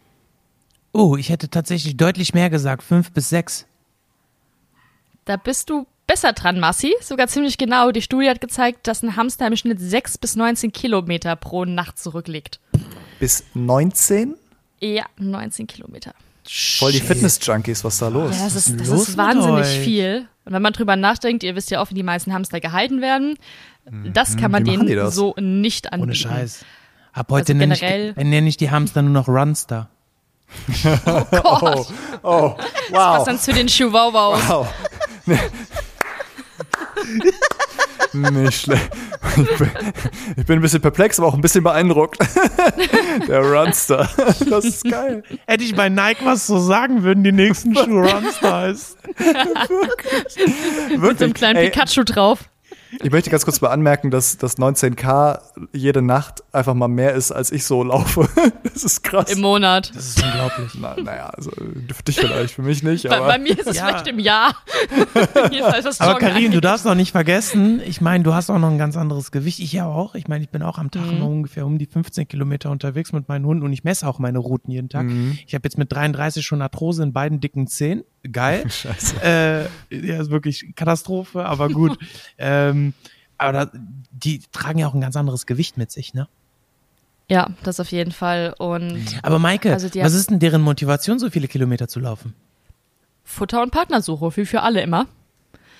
Oh, ich hätte tatsächlich deutlich mehr gesagt. Fünf bis sechs. Da bist du besser dran, Massi. Sogar ziemlich genau. Die Studie hat gezeigt, dass ein Hamster im Schnitt sechs bis neunzehn Kilometer pro Nacht zurücklegt. Bis neunzehn? Ja, neunzehn Kilometer. Voll die Fitness-Junkies, was da los? Ja, das ist, ist das los ist mit wahnsinnig euch? viel. Und wenn man drüber nachdenkt, ihr wisst ja auch, wie die meisten Hamster gehalten werden, das kann man Wie machen die denen das? so nicht anbieten. Ohne Scheiß. Ab heute Also nenne ich, generell- nenne ich die Hamster nur noch Runster. Oh Gott, Oh, was wow. dann zu den Chihuahuas. Wow. Nicht schlecht. Ich bin, ich bin ein bisschen perplex, aber auch ein bisschen beeindruckt. Der Runster. Das ist geil. Hätte ich bei Nike was so sagen würden, die nächsten Schuhe Runster ist. Mit so einem kleinen Ey, Pikachu drauf. Ich möchte ganz kurz mal anmerken, dass das neunzehn K jede Nacht einfach mal mehr ist, als ich so laufe. Das ist krass. Im Monat. Das ist unglaublich. Na, naja, also für dich vielleicht, für mich nicht. Bei, Aber bei mir ist es Ja. vielleicht im Jahr. Jedenfalls das Aber Joggen Karin, du angeht. darfst noch nicht vergessen, ich meine, du hast auch noch ein ganz anderes Gewicht. Ich ja auch. Ich meine, ich bin auch am Tag Mhm. noch ungefähr um die fünfzehn Kilometer unterwegs mit meinen Hunden und ich messe auch meine Routen jeden Tag. Mhm. Ich habe jetzt mit dreiunddreißig schon Arthrose in beiden dicken Zehen. Geil. Scheiße. äh, ja, ist wirklich Katastrophe, aber gut. ähm, aber da, die tragen ja auch ein ganz anderes Gewicht mit sich, ne? Ja, das auf jeden Fall. Und Aber Maike, Also die was haben- ist denn deren Motivation, so viele Kilometer zu laufen? Futter- und Partnersuche, wie für alle immer.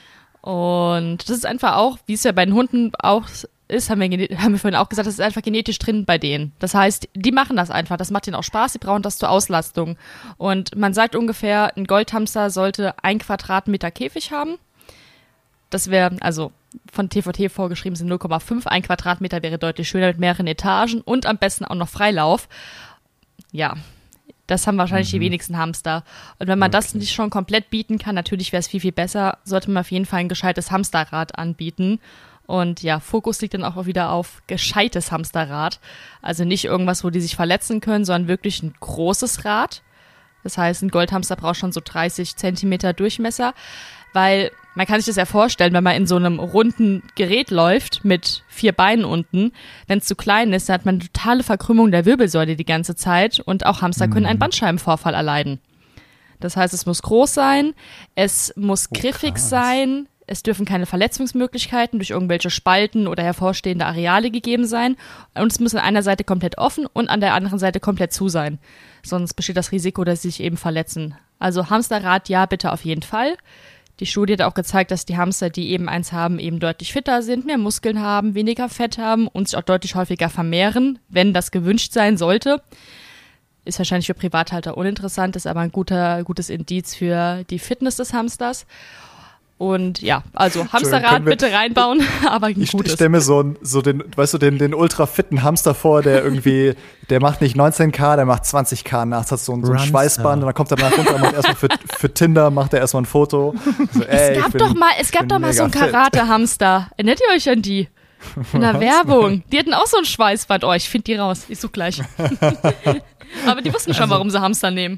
Und das ist einfach auch, wie es ja bei den Hunden auch ist, haben wir, haben wir vorhin auch gesagt, das ist einfach genetisch drin bei denen. Das heißt, die machen das einfach, das macht denen auch Spaß, die brauchen das zur Auslastung. Und man sagt ungefähr, ein Goldhamster sollte ein Quadratmeter Käfig haben. Das wäre, also von T V T vorgeschrieben sind null Komma fünf, ein Quadratmeter wäre deutlich schöner mit mehreren Etagen und am besten auch noch Freilauf. Ja, das haben wahrscheinlich mhm. die wenigsten Hamster. Und wenn man okay. das nicht schon komplett bieten kann, natürlich wäre es viel, viel besser, sollte man auf jeden Fall ein gescheites Hamsterrad anbieten. Und ja, Fokus liegt dann auch wieder auf gescheites Hamsterrad. Also nicht irgendwas, wo die sich verletzen können, sondern wirklich ein großes Rad. Das heißt, ein Goldhamster braucht schon so dreißig Zentimeter Durchmesser, weil man kann sich das ja vorstellen, wenn man in so einem runden Gerät läuft mit vier Beinen unten, wenn es zu klein ist, dann hat man eine totale Verkrümmung der Wirbelsäule die ganze Zeit und auch Hamster mhm. können einen Bandscheibenvorfall erleiden. Das heißt, es muss groß sein, es muss griffig oh, sein, es dürfen keine Verletzungsmöglichkeiten durch irgendwelche Spalten oder hervorstehende Areale gegeben sein und es muss an einer Seite komplett offen und an der anderen Seite komplett zu sein. Sonst besteht das Risiko, dass sie sich eben verletzen. Also Hamsterrad, ja, bitte auf jeden Fall. Die Studie hat auch gezeigt, dass die Hamster, die eben eins haben, eben deutlich fitter sind, mehr Muskeln haben, weniger Fett haben und sich auch deutlich häufiger vermehren, wenn das gewünscht sein sollte. Ist wahrscheinlich für Privathalter uninteressant, ist aber ein guter, gutes Indiz für die Fitness des Hamsters. Und ja, also Hamsterrad bitte reinbauen, aber ein ich, gutes. Ich stelle mir so, so den, weißt du, den, den ultra fitten Hamster vor, der irgendwie, der macht nicht neunzehn K, der macht zwanzig K nachts, hat so ein, so ein Schweißband und dann kommt er mal runter und macht erstmal für, für Tinder, macht er erstmal ein Foto. So, ey, es gab bin, doch mal, es gab doch mal so einen Karate-Hamster. Erinnert ihr euch an die? In der Werbung. Die hatten auch so ein Schweißband. Oh, ich finde die raus. Ich such gleich. Aber die wussten schon, also, warum sie Hamster nehmen.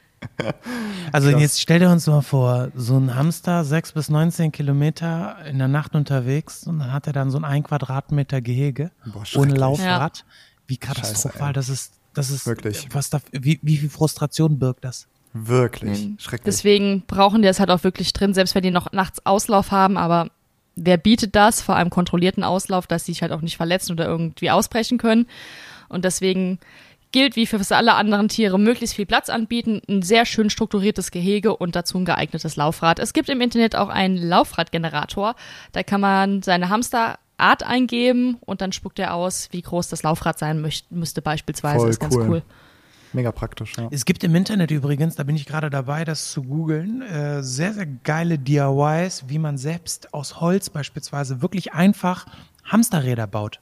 Also Krass. Jetzt stell dir uns mal vor, so ein Hamster, sechs bis neunzehn Kilometer in der Nacht unterwegs und dann hat er dann so ein ein Quadratmeter Gehege Boah, ohne Laufrad. Ja. Wie katastrophal, das ist, das ist, wirklich. Was da, wie, wie viel Frustration birgt das? Wirklich, mhm. schrecklich. Deswegen brauchen die das halt auch wirklich drin, selbst wenn die noch nachts Auslauf haben, aber wer bietet das, vor allem kontrollierten Auslauf, dass sie sich halt auch nicht verletzen oder irgendwie ausbrechen können und deswegen gilt wie für alle anderen Tiere, möglichst viel Platz anbieten, ein sehr schön strukturiertes Gehege und dazu ein geeignetes Laufrad. Es gibt im Internet auch einen Laufradgenerator, da kann man seine Hamsterart eingeben und dann spuckt er aus, wie groß das Laufrad sein möcht- müsste beispielsweise. Voll ist ganz cool. cool. Mega praktisch, ja. Es gibt im Internet übrigens, da bin ich gerade dabei, das zu googeln, äh, sehr, sehr geile D I Ys, wie man selbst aus Holz beispielsweise wirklich einfach Hamsterräder baut.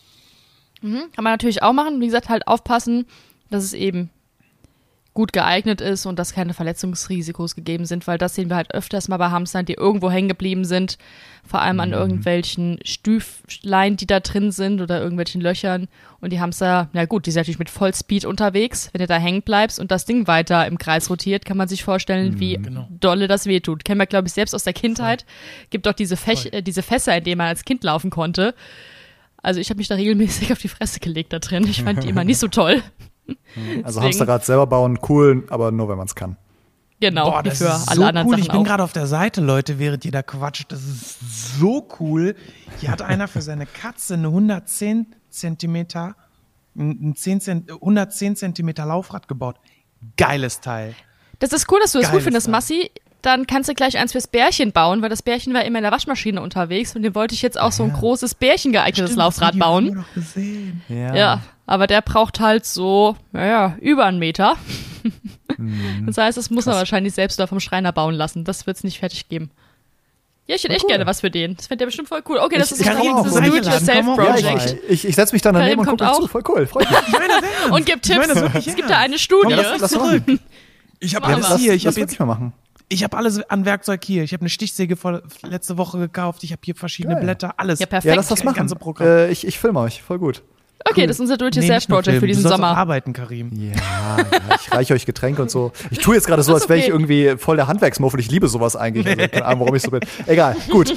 Mhm, kann man natürlich auch machen. Wie gesagt, halt aufpassen, dass es eben gut geeignet ist und dass keine Verletzungsrisikos gegeben sind, weil das sehen wir halt öfters mal bei Hamstern, die irgendwo hängen geblieben sind, vor allem an mhm. irgendwelchen Stüflein, die da drin sind oder irgendwelchen Löchern und die Hamster, na gut, die sind natürlich mit Vollspeed unterwegs, wenn du da hängen bleibst und das Ding weiter im Kreis rotiert, kann man sich vorstellen, mhm, wie genau. dolle das wehtut. Kennen wir, glaube ich, selbst aus der Kindheit. Voll. Gibt doch diese, Fäch- äh, diese Fässer, in denen man als Kind laufen konnte. Also ich habe mich da regelmäßig auf die Fresse gelegt da drin. Ich fand die immer nicht so toll. Also Deswegen. Hamsterrad selber bauen, cool, aber nur, wenn man es kann. Genau, Boah, das für ist alle so anderen cool. Sachen Ich bin auch. gerade auf der Seite, Leute, während ihr da quatscht. Das ist so cool. Hier hat einer für seine Katze eine hundertzehn Zentimeter, ein zehn, hundertzehn Zentimeter Laufrad gebaut. Geiles Teil. Das ist cool, dass du das Geiles gut findest, Teil. Massi. Dann kannst du gleich eins fürs Bärchen bauen, weil das Bärchen war immer in der Waschmaschine unterwegs und dem wollte ich jetzt auch so ein großes Bärchen geeignetes Stimmt, Laufrad das bauen. haben wir doch gesehen. Ja. Ja, aber der braucht halt so, naja, über einen Meter. Mhm. Das heißt, das muss Krass. er wahrscheinlich selbst da vom Schreiner bauen lassen. Das wird es nicht fertig geben. Ja, ich hätte echt cool. gerne was für den. Das fände der bestimmt voll cool. Okay, das ich, ist ein das Do-it-yourself-Project. Ja, ich ich setze mich dann daneben und gucke dazu. Voll cool, freut mich. Und gibt Tipps. Es gibt da eine Studie. Komm, lass, lass zurück. Ich habe alles hier. Ich habe jetzt mal machen. Ich habe alles an Werkzeug hier. Ich habe eine Stichsäge vor, letzte Woche gekauft. Ich habe hier verschiedene Geil. Blätter. Alles. Ja, perfekt. Ja, lass das machen. Äh, ich, ich filme euch. Voll gut. Okay, cool. das ist unser Do-it-yourself-Project für diesen du Sommer. Auch arbeiten, Karim. Ja, ja, ich reiche euch Getränke und so. Ich tue jetzt gerade so, als wäre ich irgendwie voll der Handwerksmuffel. Ich liebe sowas eigentlich. Also, keine Ahnung, warum ich so bin. Egal, gut.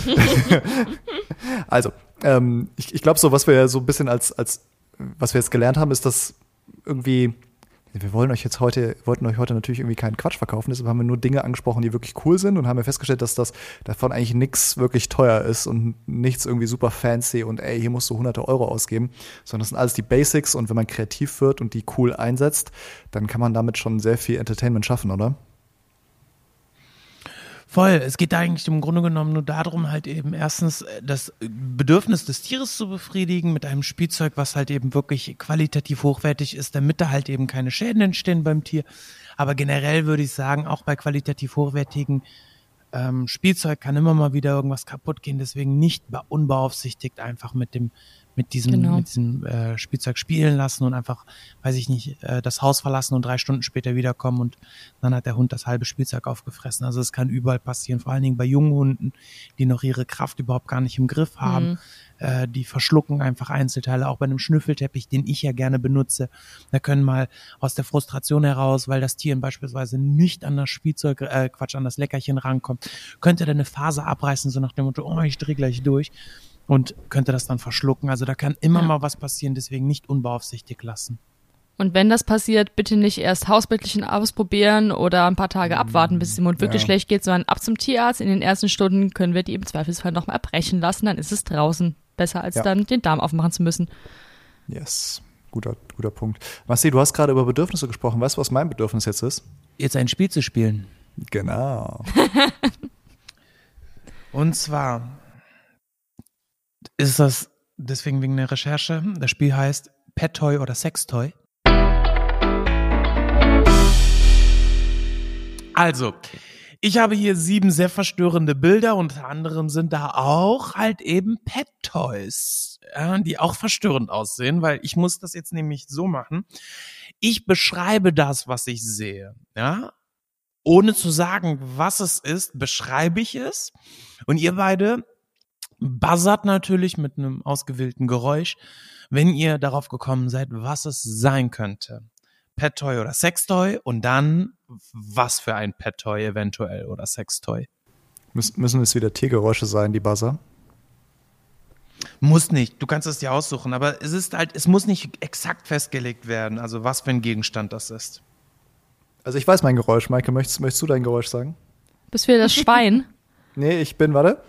Also, ähm, ich, ich glaube so, was wir so ein bisschen als, als, was wir jetzt gelernt haben, ist, dass irgendwie wir wollen euch jetzt heute, wollten euch heute natürlich irgendwie keinen Quatsch verkaufen, deshalb haben wir nur Dinge angesprochen, die wirklich cool sind und haben ja festgestellt, dass das davon eigentlich nichts wirklich teuer ist und nichts irgendwie super fancy und ey, hier musst du hunderte Euro ausgeben, sondern das sind alles die Basics und wenn man kreativ wird und die cool einsetzt, dann kann man damit schon sehr viel Entertainment schaffen, oder? Voll. Es geht da eigentlich im Grunde genommen nur darum, halt eben erstens das Bedürfnis des Tieres zu befriedigen mit einem Spielzeug, was halt eben wirklich qualitativ hochwertig ist, damit da halt eben keine Schäden entstehen beim Tier. Aber generell würde ich sagen, auch bei qualitativ hochwertigen ähm, Spielzeug kann immer mal wieder irgendwas kaputt gehen. Deswegen nicht unbeaufsichtigt einfach mit dem mit diesem, genau. mit diesem äh, Spielzeug spielen lassen und einfach, weiß ich nicht, äh, das Haus verlassen und drei Stunden später wiederkommen und dann hat der Hund das halbe Spielzeug aufgefressen. Also es kann überall passieren, vor allen Dingen bei jungen Hunden, die noch ihre Kraft überhaupt gar nicht im Griff haben. Mhm. Äh, die verschlucken einfach Einzelteile, auch bei einem Schnüffelteppich, den ich ja gerne benutze. Da können mal aus der Frustration heraus, weil das Tier beispielsweise nicht an das Spielzeug, äh, Quatsch, an das Leckerchen rankommt, könnte da eine Faser abreißen, so nach dem Motto, oh, ich drehe gleich durch. Und könnte das dann verschlucken. Also da kann immer ja. mal was passieren, deswegen nicht unbeaufsichtigt lassen. Und wenn das passiert, bitte nicht erst Hausmittelchen ausprobieren oder ein paar Tage abwarten, bis es dem Hund wirklich ja. schlecht geht, sondern ab zum Tierarzt. In den ersten Stunden können wir die im Zweifelsfall nochmal erbrechen lassen, dann ist es draußen. Besser als ja. dann den Darm aufmachen zu müssen. Yes, guter, guter Punkt. Basti, du hast gerade über Bedürfnisse gesprochen. Weißt du, was mein Bedürfnis jetzt ist? Jetzt ein Spiel zu spielen. Genau. Und zwar ist das, deswegen wegen der Recherche, das Spiel heißt Pet Toy oder Sextoy. Also, ich habe hier sieben sehr verstörende Bilder, unter anderem sind da auch halt eben Pet Toys, ja, die auch verstörend aussehen, weil ich muss das jetzt nämlich so machen. Ich beschreibe das, was ich sehe, ja, ohne zu sagen, was es ist, beschreibe ich es und ihr beide buzzert natürlich mit einem ausgewählten Geräusch, wenn ihr darauf gekommen seid, was es sein könnte. Pet-Toy oder Sextoy und dann, was für ein Pet-Toy eventuell oder Sextoy. Müs- müssen es wieder Tiergeräusche sein, die Buzzer? Muss nicht, du kannst es dir aussuchen, aber es ist halt, es muss nicht exakt festgelegt werden, also was für ein Gegenstand das ist. Also ich weiß mein Geräusch, Maike, möchtest, möchtest du dein Geräusch sagen? Bist du wieder das Schwein? Nee, ich bin, warte.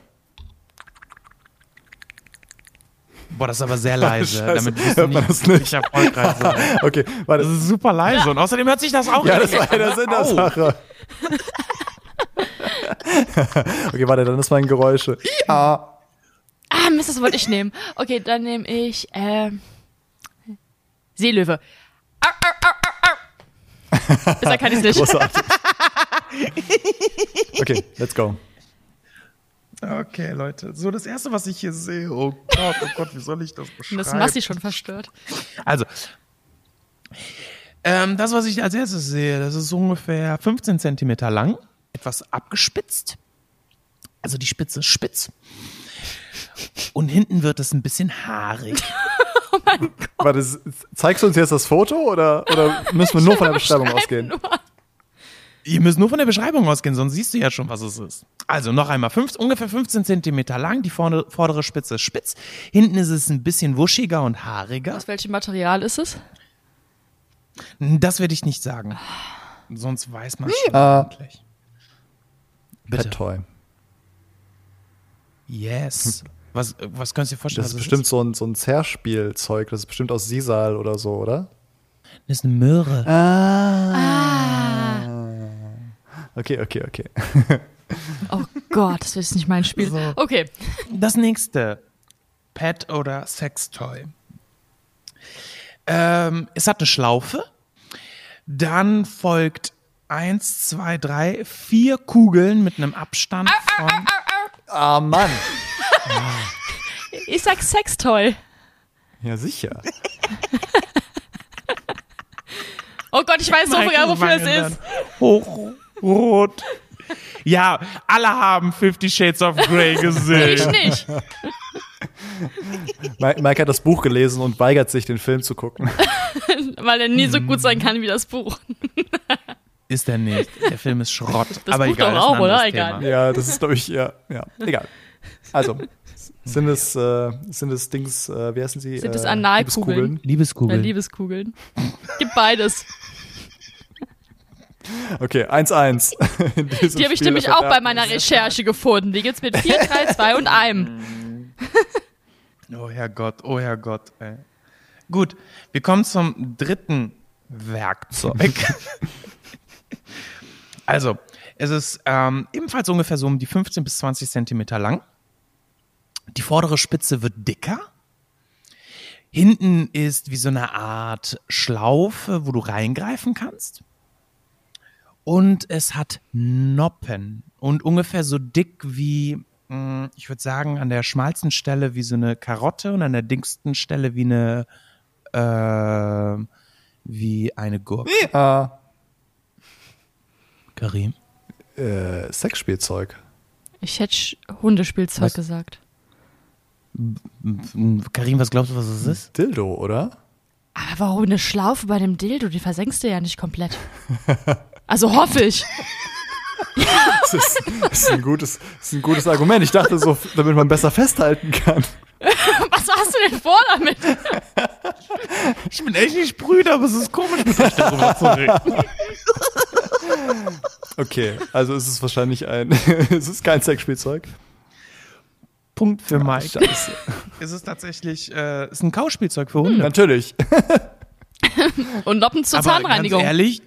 Boah, das ist aber sehr leise. Scheiße. Damit bist du nicht, das nicht erfolgreich sein. Okay, warte. Das ist super leise und außerdem hört sich das auch ja, das war ja der Sinn der Sache. Okay, warte, dann ist mein Geräusche. Ja. Ah, Mist, das wollte ich nehmen. Okay, dann nehme ich ähm, Seelöwe. Au, au, au, au. Besser kann ich nicht. Großartig. Okay, let's go. Okay, Leute. So, das Erste, was ich hier sehe, oh Gott, oh Gott, wie soll ich das beschreiben? Das Massi schon verstört. Also, ähm, das, was ich als erstes sehe, das ist so ungefähr fünfzehn Zentimeter lang, etwas abgespitzt. Also die Spitze ist spitz. Und hinten wird es ein bisschen haarig. Oh mein Gott. Warte, zeigst du uns jetzt das Foto oder, oder müssen wir nur von der Beschreibung ausgehen? Nur. Ihr müsst nur von der Beschreibung ausgehen, sonst siehst du ja schon, was es ist. Also noch einmal, fünf, ungefähr fünfzehn Zentimeter lang, die vorne, vordere Spitze ist spitz. Hinten ist es ein bisschen wuschiger und haariger. Aus welchem Material ist es? Das werde ich nicht sagen. Sonst weiß man schon äh, eigentlich. Bitte. Pet-Toy. Yes. Was, was könntest du dir vorstellen? Das ist bestimmt ist? So, ein, so ein Zerspielzeug. Das ist bestimmt aus Sisal oder so, oder? Das ist eine Möhre. Ah. ah. Okay, okay, okay. Oh Gott, das ist nicht mein Spiel. So. Okay. Das nächste. Pet oder Sextoy. Ähm, es hat eine Schlaufe. Dann folgt eins, zwei, drei, vier Kugeln mit einem Abstand von... Ah, Mann. Ich sag Sextoy. Ja, sicher. Oh Gott, ich weiß so sogar, wofür es ist. Hochrot. Ja, alle haben Fifty Shades of Grey gesehen. Ich nicht. Mike, Mike hat das Buch gelesen und weigert sich, den Film zu gucken. Weil er nie so gut sein kann wie das Buch. Ist er nicht. Der Film ist Schrott. Das aber Buch egal, doch auch, oder? Egal. Ja, das ist, glaube ich, ja, ja. Egal. Also, sind es, äh, sind es Dings, äh, wie heißen sie? Sind es äh, Analkugeln? Liebeskugeln. Ja, Liebeskugeln. Gib beides. Okay, eins eins. Die habe ich nämlich auch bei meiner Recherche gefunden. Die gibt's mit vier, drei, zwei und einem. Oh Herrgott, oh Herrgott. Ey. Gut, wir kommen zum dritten Werkzeug. Also, Es ist ähm, ebenfalls ungefähr so um die fünfzehn bis zwanzig Zentimeter lang. Die vordere Spitze wird dicker. Hinten ist wie so eine Art Schlaufe, wo du reingreifen kannst. Und es hat Noppen und ungefähr so dick wie, ich würde sagen, an der schmalsten Stelle wie so eine Karotte und an der dicksten Stelle wie eine, äh, wie eine Gurke. Ja. Karim? Äh, Sexspielzeug. Ich hätte Sch- Hundespielzeug Was? gesagt. Karim, was glaubst du, was es ist? Dildo, oder? Aber warum eine Schlaufe bei dem Dildo? Die versenkst du ja nicht komplett. Also hoffe ich. Das ist, das ist, ein gutes, das ist ein gutes Argument. Ich dachte so, damit man besser festhalten kann. Was hast du denn vor damit? Ich bin echt nicht Brüder, aber es ist komisch, mit euch darüber zu reden. Okay, also ist es wahrscheinlich ein, es ist kein Sexspielzeug. Punkt für Ach, Mike. Scheiße. Es ist tatsächlich, äh, ist ein Kauspielzeug für Hunde. Natürlich. Und Noppen zur Aber Zahnreinigung. ganz ehrlich,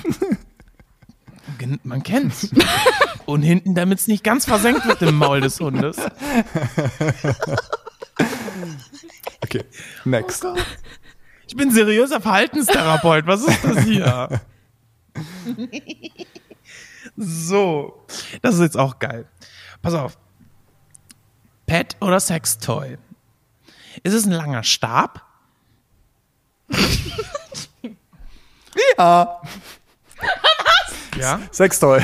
gen- man kennt's. Und hinten, damit es nicht ganz versenkt wird im Maul des Hundes. Okay, next. Oh ich bin seriöser Verhaltenstherapeut. Was ist das hier? So, das ist jetzt auch geil. Pass auf. Pet oder Sextoy? Ist es ein langer Stab? Ja. Ja. Sextoy.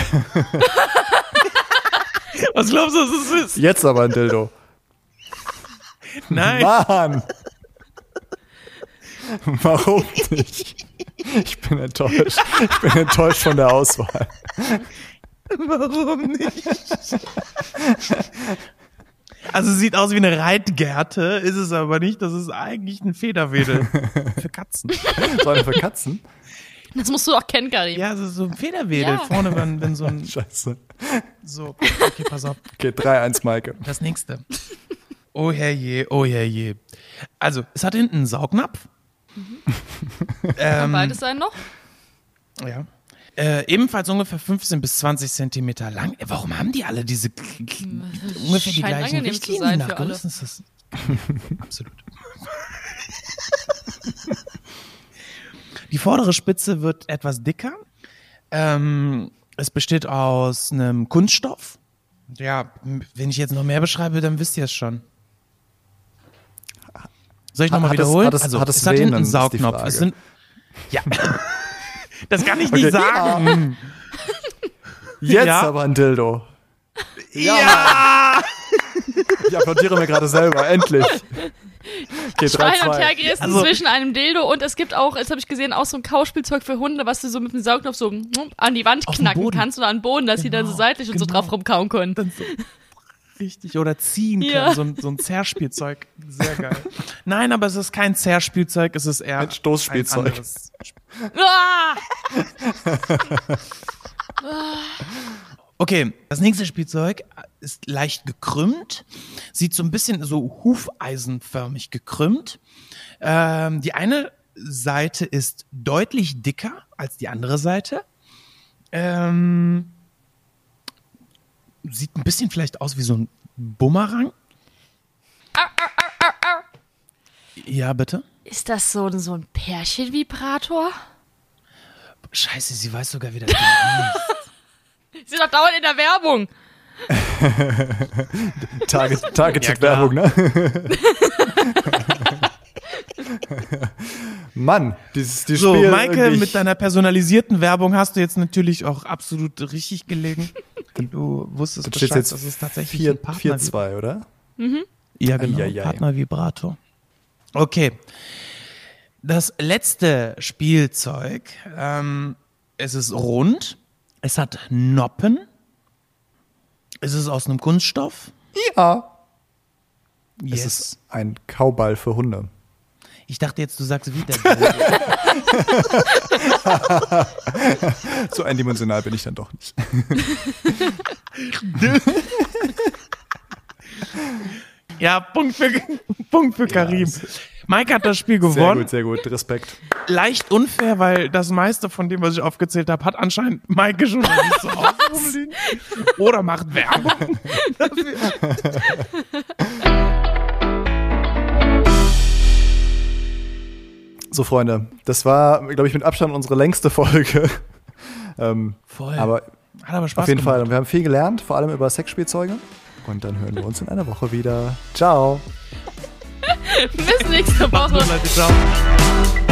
Was glaubst du, was es ist? Jetzt aber ein Dildo. Nein. Mann. Warum nicht? Ich bin enttäuscht. Ich bin enttäuscht von der Auswahl. Warum nicht? Also es sieht aus wie eine Reitgerte, ist es aber nicht. Das ist eigentlich ein Federwedel für Katzen. So eine für Katzen? Das musst du doch kennen, Karim. Ja, so, so ein Federwedel. Ja. Vorne, wenn, wenn so ein... Scheiße. So, okay, pass auf. Okay, drei eins Maike. Das nächste. Oh herrje, oh herje. Also, es hat hinten einen Saugnapf. Mhm. ähm, Kann beides sein noch? Ja. Äh, ebenfalls ungefähr fünfzehn bis zwanzig Zentimeter lang. Äh, Warum haben die alle diese k- k- ungefähr die scheint gleichen angenehm zu Richtlinien sein nach für alle. Größen? Ist das absolut. Die vordere Spitze wird etwas dicker. Ähm, es besteht aus einem Kunststoff. Ja, m- wenn ich jetzt noch mehr beschreibe, dann wisst ihr es schon. Soll ich nochmal Hat es- wiederholen? hat es- also, hat es es hat Venen, hinten einen ist die Saugnapf. Frage. Es sind, ja. Das kann ich Okay. nicht sagen. Jetzt Ja. aber ein Dildo. Ja! Ich applaudiere mir gerade selber, endlich. Okay, drei Stein und zwei. hergerissen Also- zwischen einem Dildo und es gibt auch, jetzt habe ich gesehen, auch so ein Kauspielzeug für Hunde, was du so mit dem Saugnapf so an die Wand Auf den knacken Boden. kannst oder an den Boden, dass sie dann so Genau, seitlich und so genau. drauf rumkauen können. Dann so richtig oder ziehen Ja. können, so ein, so ein Zerrspielzeug. Sehr geil. Nein, aber es ist kein Zerrspielzeug, es ist eher Ein Stoßspielzeug. Ein anderes Sp- Ah! Okay, das nächste Spielzeug ist leicht gekrümmt, sieht so ein bisschen so hufeisenförmig gekrümmt. Ähm, die eine Seite ist deutlich dicker als die andere Seite. Ähm, sieht ein bisschen vielleicht aus wie so ein Bumerang. Ja, bitte? Ist das so, ein- so ein Pärchenvibrator? Scheiße, sie weiß sogar, wie das heißt. Sie sind doch dauernd in der Werbung. Target, Ja, Targeted klar. Werbung, ne? Mann, dieses die So, Spiel Maike, irgendwie- mit deiner personalisierten Werbung hast du jetzt natürlich auch absolut richtig gelegen. Du wusstest Das steht Bescheid, jetzt dass es tatsächlich vier ein Partner vier zwei, oder? Ja, genau, Eieiei. Partnervibrator. Okay. Das letzte Spielzeug, ähm, es ist rund, es hat Noppen, es ist aus einem Kunststoff. Ja. Yes. Es ist ein Kauball für Hunde. Ich dachte jetzt, du sagst wieder. So eindimensional bin ich dann doch nicht. Ja, Punkt für, Punkt für Karim. Mike hat das Spiel gewonnen. Sehr gut, sehr gut. Respekt. Leicht unfair, weil das meiste von dem, was ich aufgezählt habe, hat anscheinend Maike schon mal nicht zu Hause rumliegen. Oder macht Werbung dafür. So, Freunde, das war, glaube ich, mit Abstand unsere längste Folge. ähm, Voll. Aber, hat aber Spaß auf jeden gemacht. Fall. Wir haben viel gelernt, vor allem über Sexspielzeuge. Und dann hören wir uns in einer Woche wieder. Ciao. Bis nächste Woche. Macht's gut, Leute. Ciao.